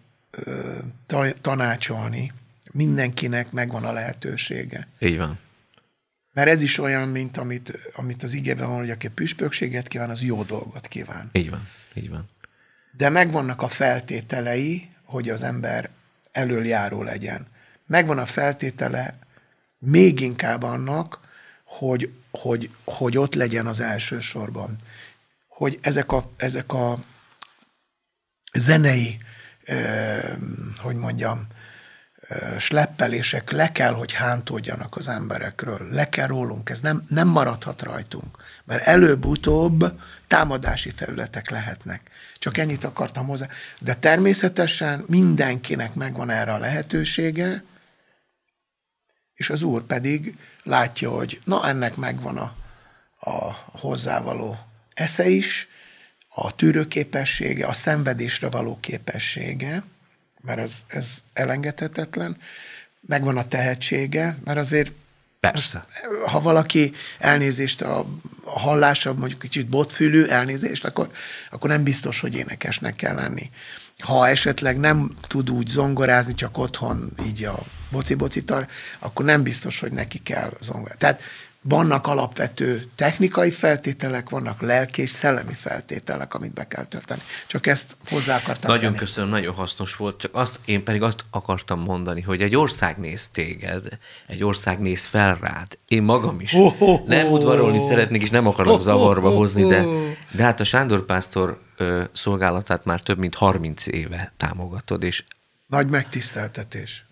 tanácsolni. Mindenkinek megvan a lehetősége. Így van. Mert ez is olyan, mint amit az igében van, hogy aki püspökséget kíván, az jó dolgot kíván. Így van, így van. De megvannak a feltételei, hogy az ember elöljáró legyen. Megvan a feltétele még inkább annak, hogy ott legyen az első sorban. Hogy ezek a zenei, hogy mondjam, sleppelések le kell, hogy hántódjanak az emberekről. Le kell rólunk. Ez nem maradhat rajtunk. Mert előbb-utóbb támadási felületek lehetnek. Csak ennyit akartam hozzá. De természetesen mindenkinek megvan erre a lehetősége, és az Úr pedig látja, hogy na ennek megvan a hozzávaló esze is, a tűrőképessége, a szenvedésre való képessége, mert ez elengedhetetlen, megvan a tehetsége, mert azért persze. Ha valaki elnézést a hallása, mondjuk kicsit botfülű elnézést, akkor nem biztos, hogy énekesnek kell lenni. Ha esetleg nem tud úgy zongorázni, csak otthon így a boci-boci akkor nem biztos, hogy neki kell zongorázni. Tehát vannak alapvető technikai feltételek, vannak lelki és szellemi feltételek, amit be kell tölteni. Csak ezt hozzá akartam Nagyon tenni. köszönöm, nagyon hasznos volt, csak én pedig azt akartam mondani, hogy egy ország néz téged, egy ország néz fel rád, én magam is. Nem udvarolni szeretnék, és nem akarok zavarba hozni, de hát a Sándor pásztor szolgálatát már több mint 30 éve támogatod, és nagy megtiszteltetés.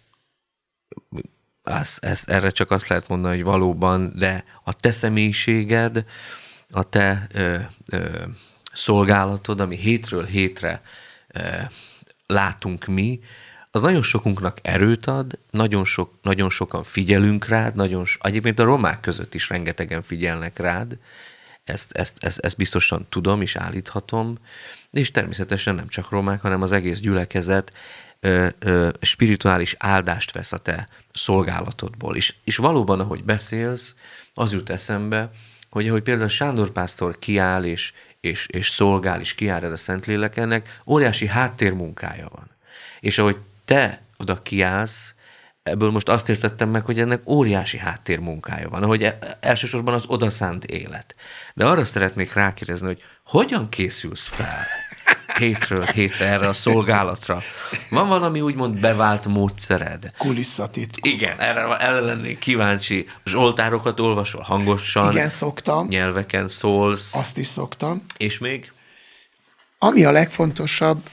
Erre csak azt lehet mondani, hogy valóban, de a te személyiséged, a te szolgálatod, ami hétről hétre látunk mi, az nagyon sokunknak erőt ad, nagyon sokan figyelünk rád, egyébként a romák között is rengetegen figyelnek rád, ezt biztosan tudom és állíthatom, és természetesen nem csak romák, hanem az egész gyülekezet spirituális áldást vesz a te szolgálatodból. És valóban, ahogy beszélsz, az jut eszembe, hogy ahogy például Sándor pásztor kiáll és szolgál, és kiáll a Szentlélek, ennek óriási háttérmunkája van. És ahogy te oda kiállsz, ebből most azt értettem meg, hogy ennek óriási háttérmunkája van, ahogy elsősorban az odaszánt élet. De arra szeretnék rákérdezni, hogy hogyan készülsz fel hétről hétre erre a szolgálatra? Van valami úgymond bevált módszered? Kulisszatitkok. Igen, erre lennék kíváncsi. Zsoltárokat olvasol hangosan? Igen, szoktam. Nyelveken szólsz? Azt is szoktam. És még? Ami a legfontosabb,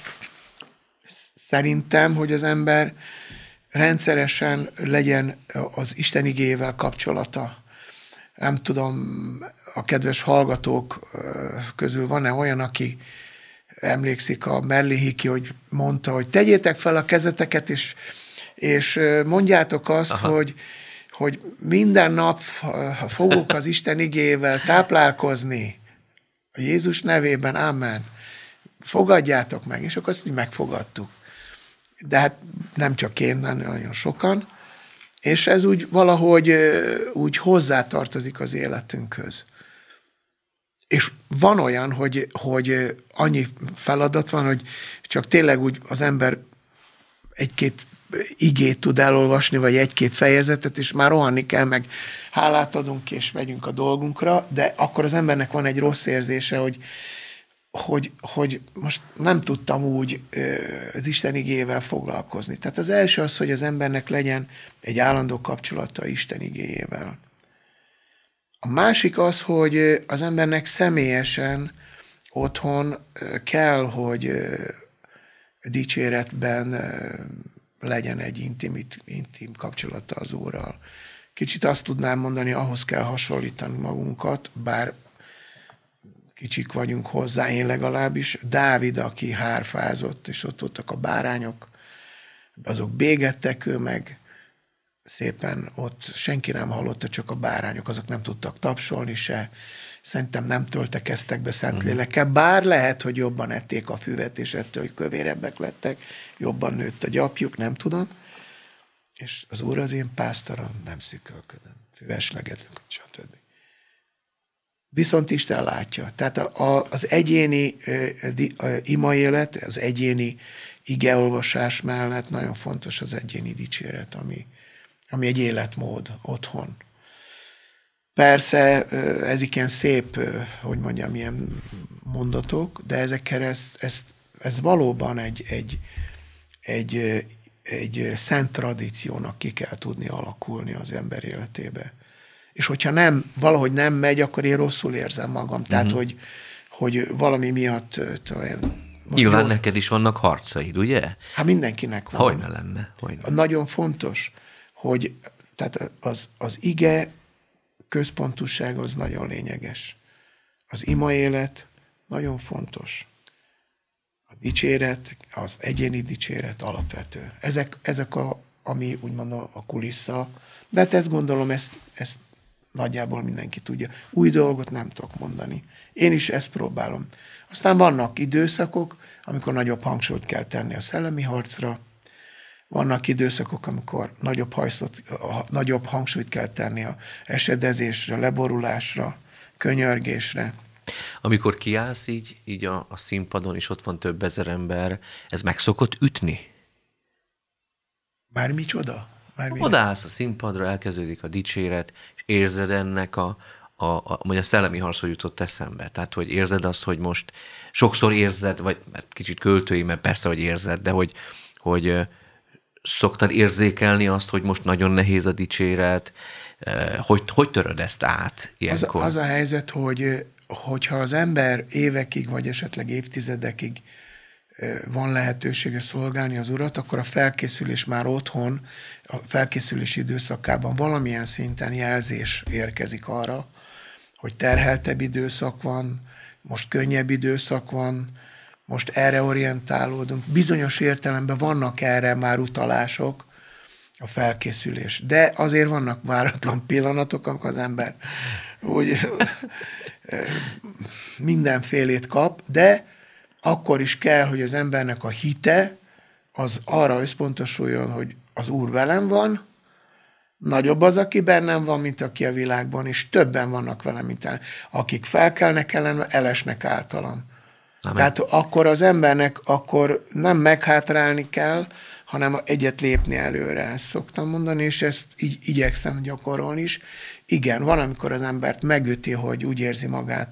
szerintem, hogy az ember rendszeresen legyen az Isten igéjével kapcsolata. Nem tudom, a kedves hallgatók közül van-e olyan, aki emlékszik a Merli Hiki, hogy mondta, hogy tegyétek fel a kezeteket, és mondjátok azt, hogy minden nap fogok az Isten igéjével táplálkozni. A Jézus nevében, amen. Fogadjátok meg, és akkor azt így megfogadtuk. De hát nem csak én, nagyon sokan. És ez úgy valahogy úgy hozzátartozik az életünkhöz. És van olyan, hogy annyi feladat van, hogy csak tényleg úgy az ember egy-két igét tud elolvasni, vagy egy-két fejezetet, és már rohanni kell, meg hálát adunk, és megyünk a dolgunkra, de akkor az embernek van egy rossz érzése, hogy most nem tudtam úgy az Isten igéjével foglalkozni. Tehát az első az, hogy az embernek legyen egy állandó kapcsolata Isten igéjével. A másik az, hogy az embernek személyesen otthon kell, hogy dicséretben legyen egy intim kapcsolata az Úrral. Kicsit azt tudnám mondani, ahhoz kell hasonlítani magunkat, bár kicsik vagyunk hozzá, én legalábbis. Dávid, aki hárfázott, és ott voltak a bárányok, azok bégettek, ő meg szépen ott senki nem hallotta, csak a bárányok, azok nem tudtak tapsolni se. Szerintem nem töltekeztek be Szentlélekkel, bár lehet, hogy jobban ették a füvet, és ettől, hogy kövérebbek lettek, jobban nőtt a gyapjuk, nem tudom. És az Úr az én pásztorom, nem szűkölködöm, füveslegedünk, stb. Viszont Isten látja. Tehát az egyéni imaélet, az egyéni igeolvasás mellett nagyon fontos az egyéni dicséret, ami egy életmód otthon. Persze ez ilyen szép, hogy mondjam, ilyen mondatok, de ezekkel ez valóban egy szent tradíciónak ki kell tudni alakulni az ember életébe. És hogyha valahogy nem megy, akkor én rosszul érzem magam. Tehát, hogy valami miatt nyilván neked is vannak harcaid, ugye? Hát mindenkinek van. Hogyne lenne? Nagyon fontos, hogy tehát az ige központúság az nagyon lényeges. Az ima élet nagyon fontos. A dicséret, az egyéni dicséret alapvető. Ezek ami úgymond a kulissza, de hát ezt gondolom, ezt nagyjából mindenki tudja. Új dolgot nem tudok mondani. Én is ezt próbálom. Aztán vannak időszakok, amikor nagyobb hangsúlyt kell tenni a szellemi harcra, vannak időszakok, amikor nagyobb hangsúlyt kell tenni a esedezésre, leborulásra, könyörgésre. Amikor kiállsz így a színpadon, és ott van több ezer ember, ez meg szokott ütni? Már micsoda? Odaállsz a színpadra, elkezdődik a dicséret, és érzed ennek vagy a szellemi harcról jutott eszembe. Tehát, hogy érzed azt, hogy most sokszor érzed, vagy mert kicsit költői, mert persze, hogy érzed, de hogy szoktad érzékelni azt, hogy most nagyon nehéz a dicséret, hogy töröd ezt át ilyenkor? Az a helyzet, hogyha az ember évekig, vagy esetleg évtizedekig van lehetősége szolgálni az Urat, akkor a felkészülés már otthon, a felkészülési időszakában valamilyen szinten jelzés érkezik arra, hogy terheltebb időszak van, most könnyebb időszak van, most erre orientálódunk. Bizonyos értelemben vannak erre már utalások, a felkészülés. De azért vannak váratlan pillanatok, amikor az ember úgy mindenfélét kap, de akkor is kell, hogy az embernek a hite az arra összpontosuljon, hogy az Úr velem van, nagyobb az, aki bennem van, mint aki a világban, és többen vannak velem, mint akik felkelnek ellen, elesnek általam. Amen. Tehát akkor az embernek akkor nem meghátrálni kell, hanem egyet lépni előre, ezt szoktam mondani, és ezt így igyekszem gyakorolni is. Igen, van, amikor az embert megüti, hogy úgy érzi magát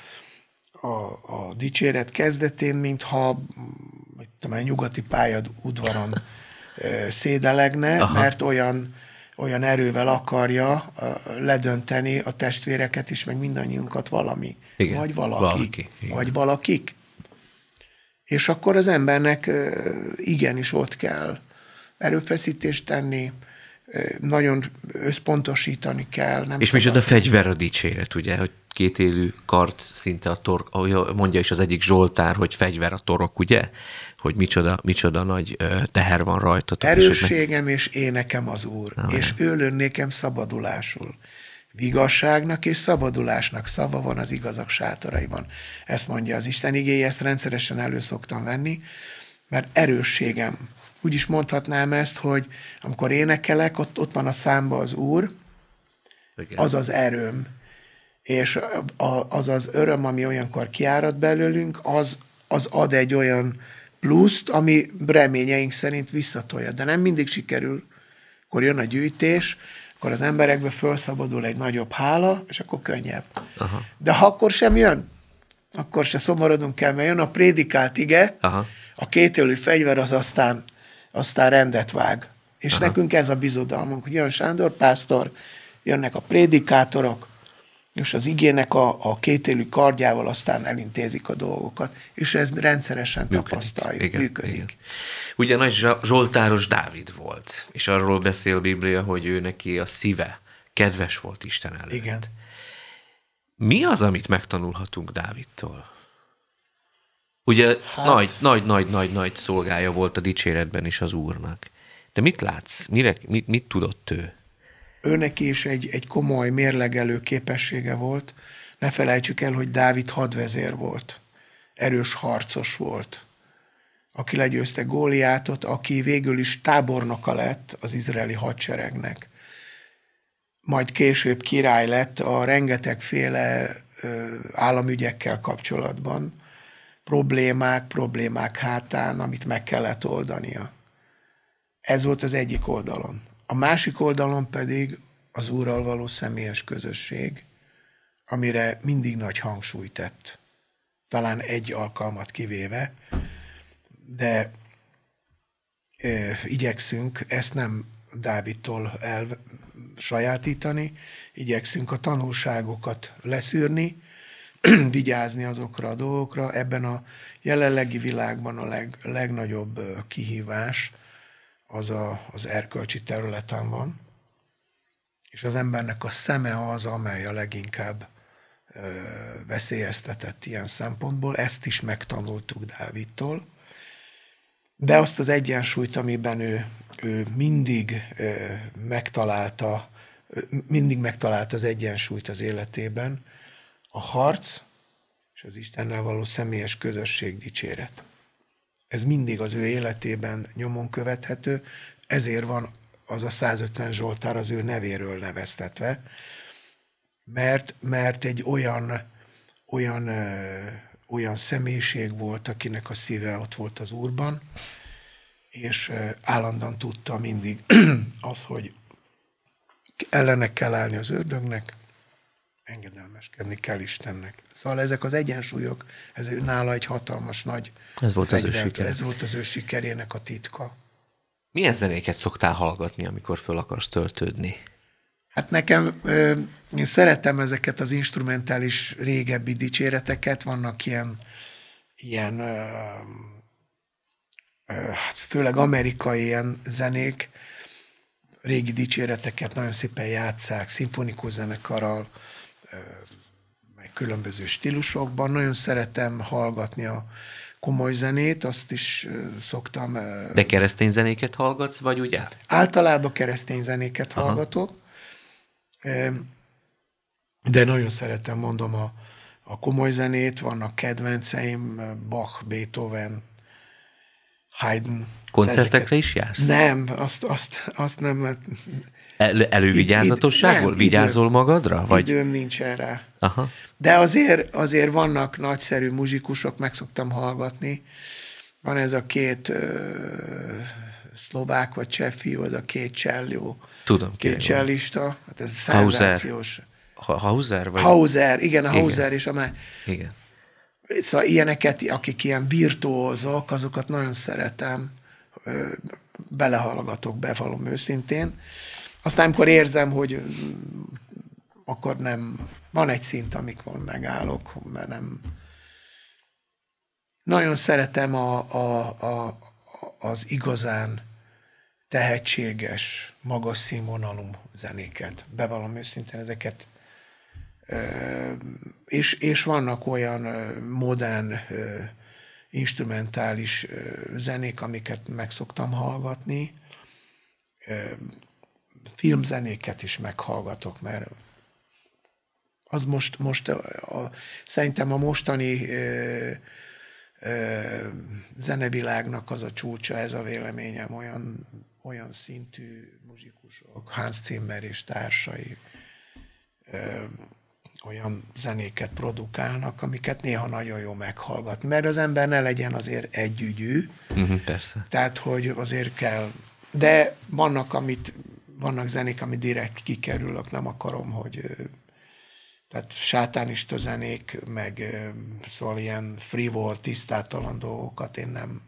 a dicséret kezdetén, mintha egy nyugati pályaudvaron szédelegne, aha, mert olyan erővel akarja ledönteni a testvéreket is, meg mindannyiunkat valami. Igen, vagy vagy valakik. És akkor az embernek igenis ott kell erőfeszítést tenni, nagyon összpontosítani kell. Nem és micsoda fegyver a dicséret, ugye, hogy kétélű kard szinte a torok, ahogy mondja is az egyik Zsoltár, hogy fegyver a torok, ugye? Hogy micsoda nagy teher van rajtatok. Erősségem és énekem az Úr, és ő lőn nékem szabadulásul. Vigasságnak és szabadulásnak szava van az igazak sátoraiban. Ezt mondja az Isten igéje, ezt rendszeresen elő szoktam venni, mert erősségem. Úgy is mondhatnám ezt, hogy amikor énekelek, ott van a számba az Úr, az az erőm. És az az öröm, ami olyankor kiárad belőlünk, az ad egy olyan pluszt, ami reményeink szerint visszatolja. De nem mindig sikerül. Akkor jön a gyűjtés, akkor az emberekbe felszabadul egy nagyobb hála, és akkor könnyebb. Aha. De ha akkor sem jön, akkor se szomorodunk kell, mert jön a prédikált ige, aha, a kétélű fegyver az aztán rendet vág. És aha, nekünk ez a bizodalmunk, hogy jön Sándor pásztor, jönnek a prédikátorok, és az igének a kétélű kardjával aztán elintézik a dolgokat, és ez rendszeresen tapasztaljuk, igen, működik. Igen. Ugye nagy zsoltáros Dávid volt, és arról beszél a Biblia, hogy ő neki a szíve kedves volt Isten előtt. Igen. Mi az, amit megtanulhatunk Dávidtól? Ugye nagy szolgája volt a dicséretben is az Úrnak. De mit látsz? Mit tudott ő? Őnek is egy komoly mérlegelő képessége volt. Ne felejtsük el, hogy Dávid hadvezér volt. Erős harcos volt. Aki legyőzte Góliátot, aki végül is tábornoka lett az izraeli hadseregnek. Majd később király lett a rengetegféle államügyekkel kapcsolatban. Problémák hátán, amit meg kellett oldania. Ez volt az egyik oldalon. A másik oldalon pedig az Úrral való személyes közösség, amire mindig nagy hangsúlyt tett. Talán egy alkalmat kivéve, de igyekszünk ezt nem Dávidtól elsajátítani, igyekszünk a tanulságokat leszűrni, vigyázni azokra a dolgokra. Ebben a jelenlegi világban a legnagyobb kihívás az erkölcsi területen van, és az embernek a szeme az, amely a leginkább veszélyeztetett ilyen szempontból. Ezt is megtanultuk Dávidtól, de azt az egyensúlyt, amiben ő mindig megtalálta az egyensúlyt az életében, a harc és az Istennel való személyes közösség, dicséret. Ez mindig az ő életében nyomon követhető, ezért van az a 150 Zsoltár az ő nevéről neveztetve, mert egy olyan személyiség volt, akinek a szíve ott volt az Úrban, és állandóan tudta mindig az, hogy ellene kell állni az ördögnek, engedelmeskedni kell Istennek. Szóval ezek az egyensúlyok, ez nála egy hatalmas nagy... Ez volt az ő sikere. Ez volt az ő sikerének a titka. Milyen zenéket szoktál hallgatni, amikor föl akarsz töltődni? Hát nekem, én szeretem ezeket az instrumentális régebbi dicséreteket, vannak ilyen hát főleg amerikai ilyen zenék, régi dicséreteket nagyon szépen játsszák, szimfonikus zenekarral, meg különböző stílusokban. Nagyon szeretem hallgatni a komoly zenét, azt is szoktam. De keresztény zenéket hallgatsz, vagy úgy át? Általában keresztény zenéket hallgatok, de nagyon szeretem, mondom, a komoly zenét, vannak kedvenceim, Bach, Beethoven, Haydn. Koncertekre is jársz? Nem, azt nem. Elővigyázatosságból? Vigyázol magadra? Vagy? Időm nincs erre. Aha. De azért vannak nagyszerű muzsikusok, meg szoktam hallgatni. Van ez a két szlovák vagy cseh fiú, az a két cselló. Tudom, két csellista. Hát ez szenzációs. Hauser? Vagy? Hauser, igen, a Hauser is, amely... Igen. Szóval ilyeneket, akik ilyen virtuózok, azokat nagyon szeretem, belehallgatok, bevallom őszintén. Aztán, amikor érzem, hogy akkor nem, van egy szint, amikor megállok, mert nem. Nagyon szeretem az igazán tehetséges, magas színvonalú zenéket. Bevallom őszintén ezeket. És vannak olyan modern instrumentális zenék, amiket meg szoktam hallgatni. Filmzenéket is meghallgatok, mert az most szerintem a mostani zenevilágnak az a csúcsa, ez a véleményem, olyan szintű muzsikusok, Hans Zimmer és társai olyan zenéket produkálnak, amiket néha nagyon jó meghallgatni. Mert az ember ne legyen azért együgyű. Persze. Tehát, hogy azért kell. De vannak zenék, amit direkt kikerülök, nem akarom, hogy tehát sátánista zenék, meg szóval ilyen frivol, tisztátalan dolgokat én nem.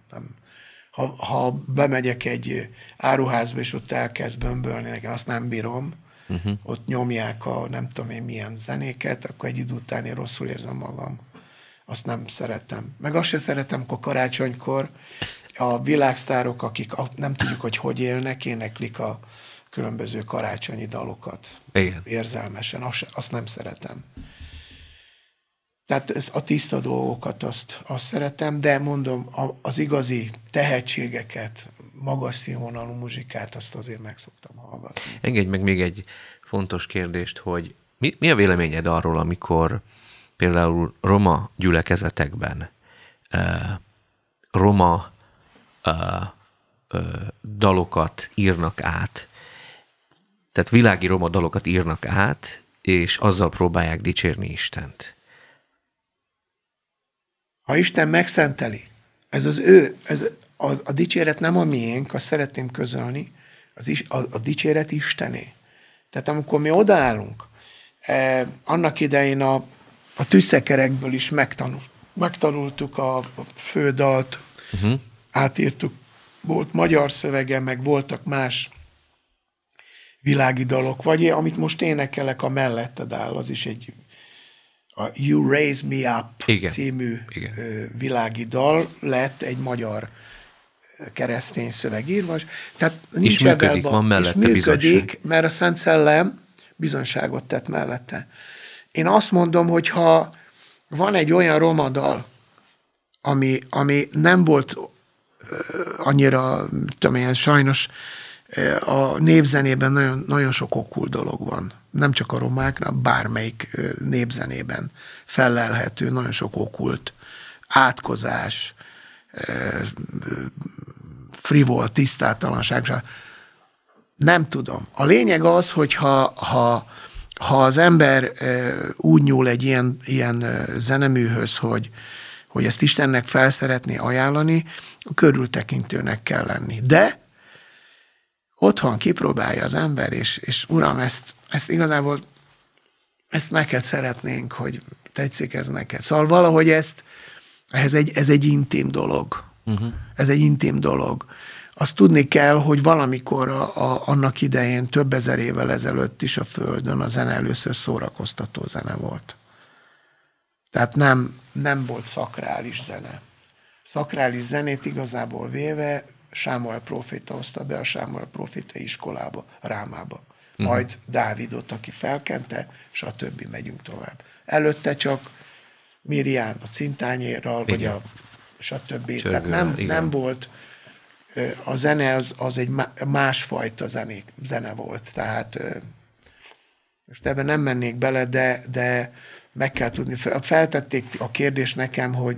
Ha bemegyek egy áruházba, és ott elkezd bömbölni, nekem azt nem bírom, ott nyomják a nem tudom én milyen zenéket, akkor egy idő után én rosszul érzem magam. Azt nem szeretem. Meg azt sem szeretem, akkor karácsonykor a világsztárok, akik nem tudjuk, hogy élnek, éneklik a különböző karácsonyi dalokat. Igen. Érzelmesen. Azt nem szeretem. Tehát a tiszta dolgokat azt szeretem, de mondom, az igazi tehetségeket, magas színvonalú muzsikát, azt azért meg szoktam hallgatni. Engedj meg még egy fontos kérdést, hogy mi a véleményed arról, amikor például roma gyülekezetekben roma dalokat írnak át, tehát világi roma dalokat írnak át, és azzal próbálják dicsérni Istent. Ha Isten megszenteli, a dicséret nem a miénk, azt szeretném közölni, a dicséret Istené. Tehát amikor mi odaállunk, annak idején a tűzszekerekből is megtanultuk a fődalt, átírtuk, volt magyar szövege, meg voltak más világi dalok, vagy amit most énekelek, a Melletted áll, az is egy a You Raise Me Up című világi dal lett egy magyar keresztény szövegírva. Tehát nincs és működik, van mellette és működik, bizonyság. Mert a Szent Szellem bizonyságot tett mellette. Én azt mondom, hogy ha van egy olyan roma dal, ami nem volt annyira, tudom én, sajnos a népzenében nagyon, nagyon sok okkult dolog van. Nem csak a romáknak, bármelyik népzenében fellelhető, nagyon sok okkult átkozás, frivol, tisztátalanság. Nem tudom. A lényeg az, hogy ha az ember úgy nyúl egy ilyen zeneműhöz, hogy ezt Istennek fel szeretné ajánlani, körültekintőnek kell lenni. De otthon kipróbálja az ember, és Uram, ezt igazából ezt neked szeretnénk, hogy tetszik ez neked. Szóval valahogy ez egy intim dolog. Ez egy intim dolog. Azt tudni kell, hogy valamikor annak idején több ezer évvel ezelőtt is a Földön a zene először szórakoztató zene volt. Tehát nem volt szakrális zene. Szakrális zenét igazából véve Sámuel próféta hozta be a Sámuel próféta iskolába, Rámába. Majd Dávidot, aki felkente, stb. Megyünk tovább. Előtte csak Mirián a cintányérral, vagy a stb. Tehát nem volt, a zene az egy másfajta zene volt. Tehát most ebben nem mennék bele, de meg kell tudni. Feltették a kérdést nekem, hogy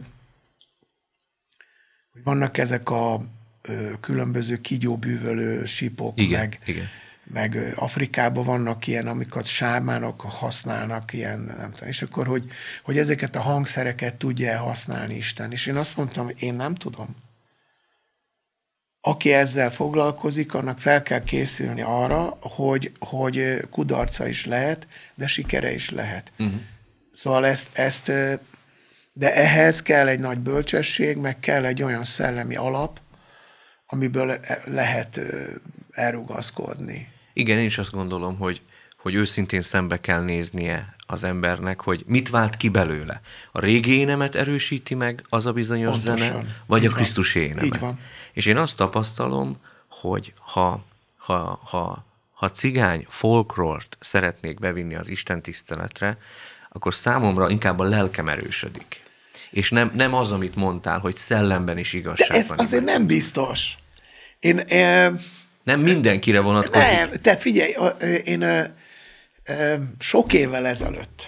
vannak ezek a különböző kígyóbűvölő sípok, meg Afrikában vannak ilyen, amiket sámánok használnak, ilyen, nem tudom, és akkor, hogy ezeket a hangszereket tudja használni Isten. És én azt mondtam, hogy én nem tudom. Aki ezzel foglalkozik, annak fel kell készülni arra, hogy kudarca is lehet, de sikere is lehet. Szóval ezt de ehhez kell egy nagy bölcsesség, meg kell egy olyan szellemi alap, amiből lehet elrugaszkodni. Igen, én is azt gondolom, hogy őszintén szembe kell néznie az embernek, hogy mit vált ki belőle. A régi énemet erősíti meg az a bizonyos zene, vagy így a Krisztus énemet. Így van. És én azt tapasztalom, hogy ha cigány folklort szeretnék bevinni az Isten tiszteletre, akkor számomra inkább a lelkem erősödik. És nem az, amit mondtál, hogy szellemben is igazság van. De ez azért nem biztos. Nem mindenkire vonatkozik. Nem, te figyelj, én sok évvel ezelőtt,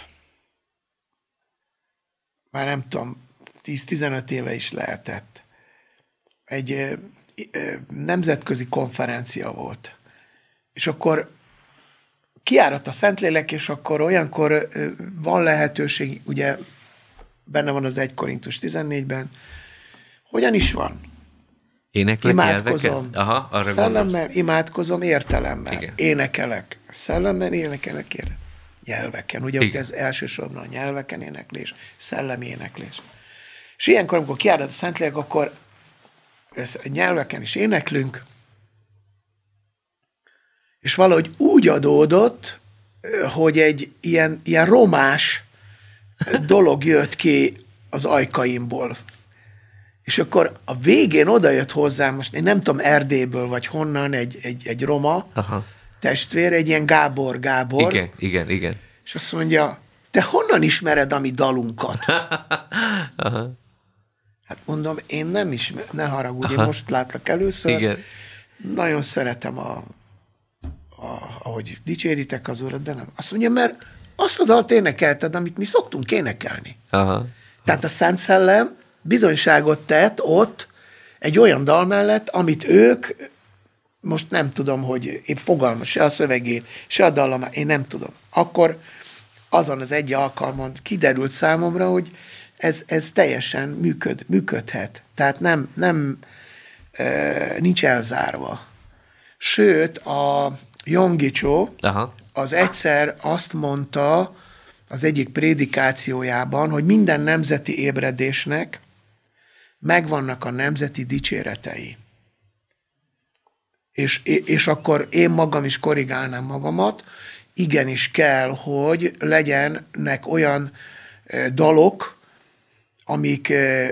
már nem tudom, 10-15 éve is lehetett, egy nemzetközi konferencia volt. És akkor kiáradt a Szentlélek, és akkor olyankor van lehetőség, ugye benne van az 1 Korintus 14-ben, hogyan is van? Éneklek imádkozom, arra szellemmel, imádkozom értelemmel. Igen. Énekelek szellemmel, énekelek nyelveken. Ugye ott ez elsősorban a nyelveken éneklés, szellemi éneklés. És ilyenkor, amikor kiárad a Szentlélek, akkor nyelveken is éneklünk, És valahogy úgy adódott, hogy egy ilyen romás dolog jött ki az ajkaimból. És akkor a végén odajött hozzám, most én nem tudom, Erdélyből vagy honnan, egy roma testvér, egy ilyen Gábor. Igen. És azt mondja, te honnan ismered a mi dalunkat? Hát mondom, én nem ismerem, ne haragudj, én most látlak először. Igen. Nagyon szeretem, ahogy dicséritek az Urat, de nem. Azt mondja, mert azt a dalt énekelted, amit mi szoktunk énekelni. Tehát a Szent Szellem bizonyságot tett ott egy olyan dal mellett, amit ők, most nem tudom, hogy én fogalmam, se a szövegét, se a dallamát, én nem tudom. Akkor azon az egy alkalmon kiderült számomra, hogy ez teljesen működhet. Tehát nincs elzárva. Sőt, a Yonggi-cho az egyszer azt mondta az egyik prédikációjában, hogy minden nemzeti ébredésnek megvannak a nemzeti dicséretei. És akkor én magam is korrigálnám magamat, igenis kell, hogy legyenek olyan dalok, amik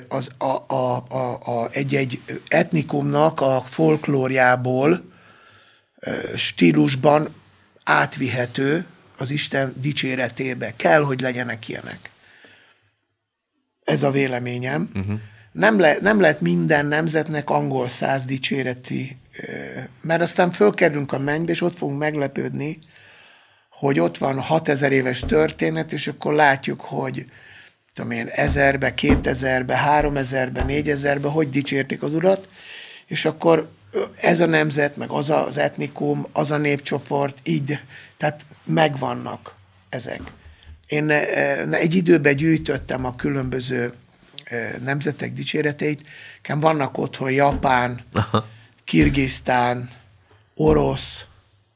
egy etnikumnak a folklórjából stílusban átvihető az Isten dicséretébe. Kell, hogy legyenek ilyenek. Ez a véleményem. Nem lehet minden nemzetnek angol száz dicséreti, mert aztán fölkerülünk a mennybe, és ott fogunk meglepődni, hogy ott van 6000 éves történet, és akkor látjuk, hogy 1000-be, 2000-be, 3000-be, 4000-be hogy dicsérték az Urat, és akkor ez a nemzet, meg az az etnikum, az a népcsoport, így, tehát megvannak ezek. Én egy időben gyűjtöttem a különböző nemzetek dicséreteit, vannak otthon Japán, Kirgisztán, orosz,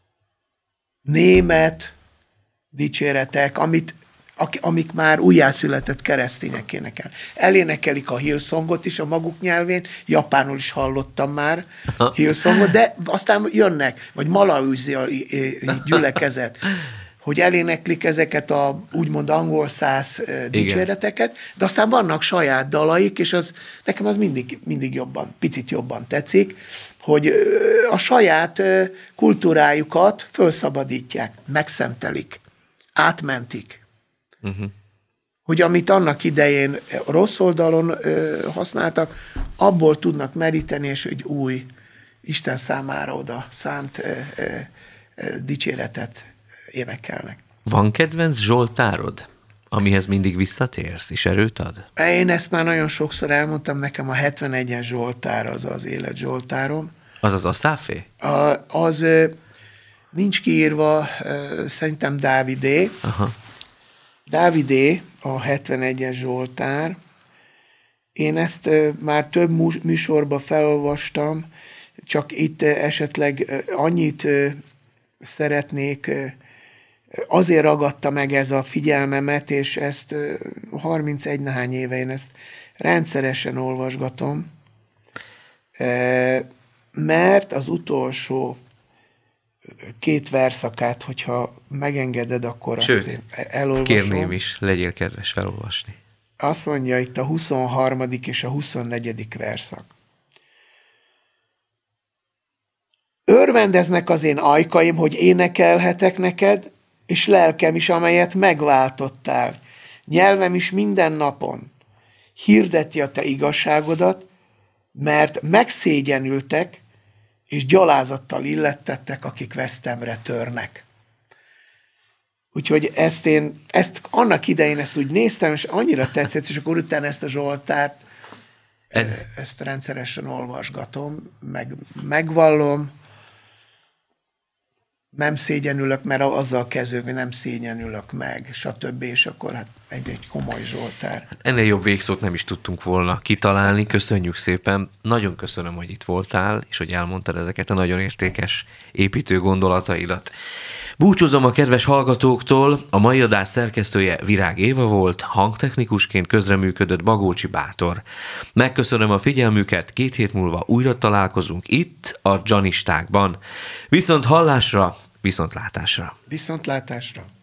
német dicséretek, amik már újjászületett keresztények énekel. Elénekelik a Hillsongot is a maguk nyelvén, japánul is hallottam már Hillsongot, de aztán jönnek, vagy malauzia gyülekezet, hogy eléneklik ezeket a úgymond angol száz dicséreteket, de aztán vannak saját dalaik, és nekem az mindig jobban, picit jobban tetszik, hogy a saját kultúrájukat felszabadítják, megszentelik, átmentik. Hogy amit annak idején rossz oldalon használtak, abból tudnak meríteni, és egy új Isten számára oda szánt dicséretet énekelnek. Van kedvenc zsoltárod, amihez mindig visszatérsz, és erőt ad? Én ezt már nagyon sokszor elmondtam, nekem a 71-es zsoltár az élet zsoltárom. Az az Aszáfé? Az nincs kiírva, szerintem Dávidé. Dávidé, a 71-es zsoltár. Én ezt már több műsorban felolvastam, csak itt esetleg annyit szeretnék, azért ragadta meg ez a figyelmemet, és ezt 31 nehány éve én ezt rendszeresen olvasgatom, mert az utolsó 2 verszakát, hogyha megengeded, akkor sőt, azt elolvasom. Kérném is, legyél kedves felolvasni. Azt mondja itt a 23. és a 24. verszak. Örvendeznek az én ajkaim, hogy énekelhetek neked, és lelkem is, amelyet megváltottál. Nyelvem is minden napon hirdeti a te igazságodat, mert megszégyenültek, és gyalázattal illettettek, akik vesztemre törnek. Úgyhogy ezt annak idején ezt úgy néztem, és annyira tetszett, és akkor utána ezt a zsoltárt, ezt rendszeresen olvasgatom, megvallom, nem szégyenülök, mert azzal kezdődik, hogy nem szégyenülök meg, stb. És akkor hát egy komoly zsoltár. Hát ennél jobb végszót nem is tudtunk volna kitalálni. Köszönjük szépen. Nagyon köszönöm, hogy itt voltál, és hogy elmondtad ezeket a nagyon értékes építő gondolataidat. Búcsúzom a kedves hallgatóktól. A mai adás szerkesztője Virág Éva volt, hangtechnikusként közreműködött Bagócsi Bátor. Megköszönöm a figyelmüket, 2 hét múlva újra találkozunk itt, a Dzsanistákban. Viszont hallásra, Viszontlátásra. Viszontlátásra.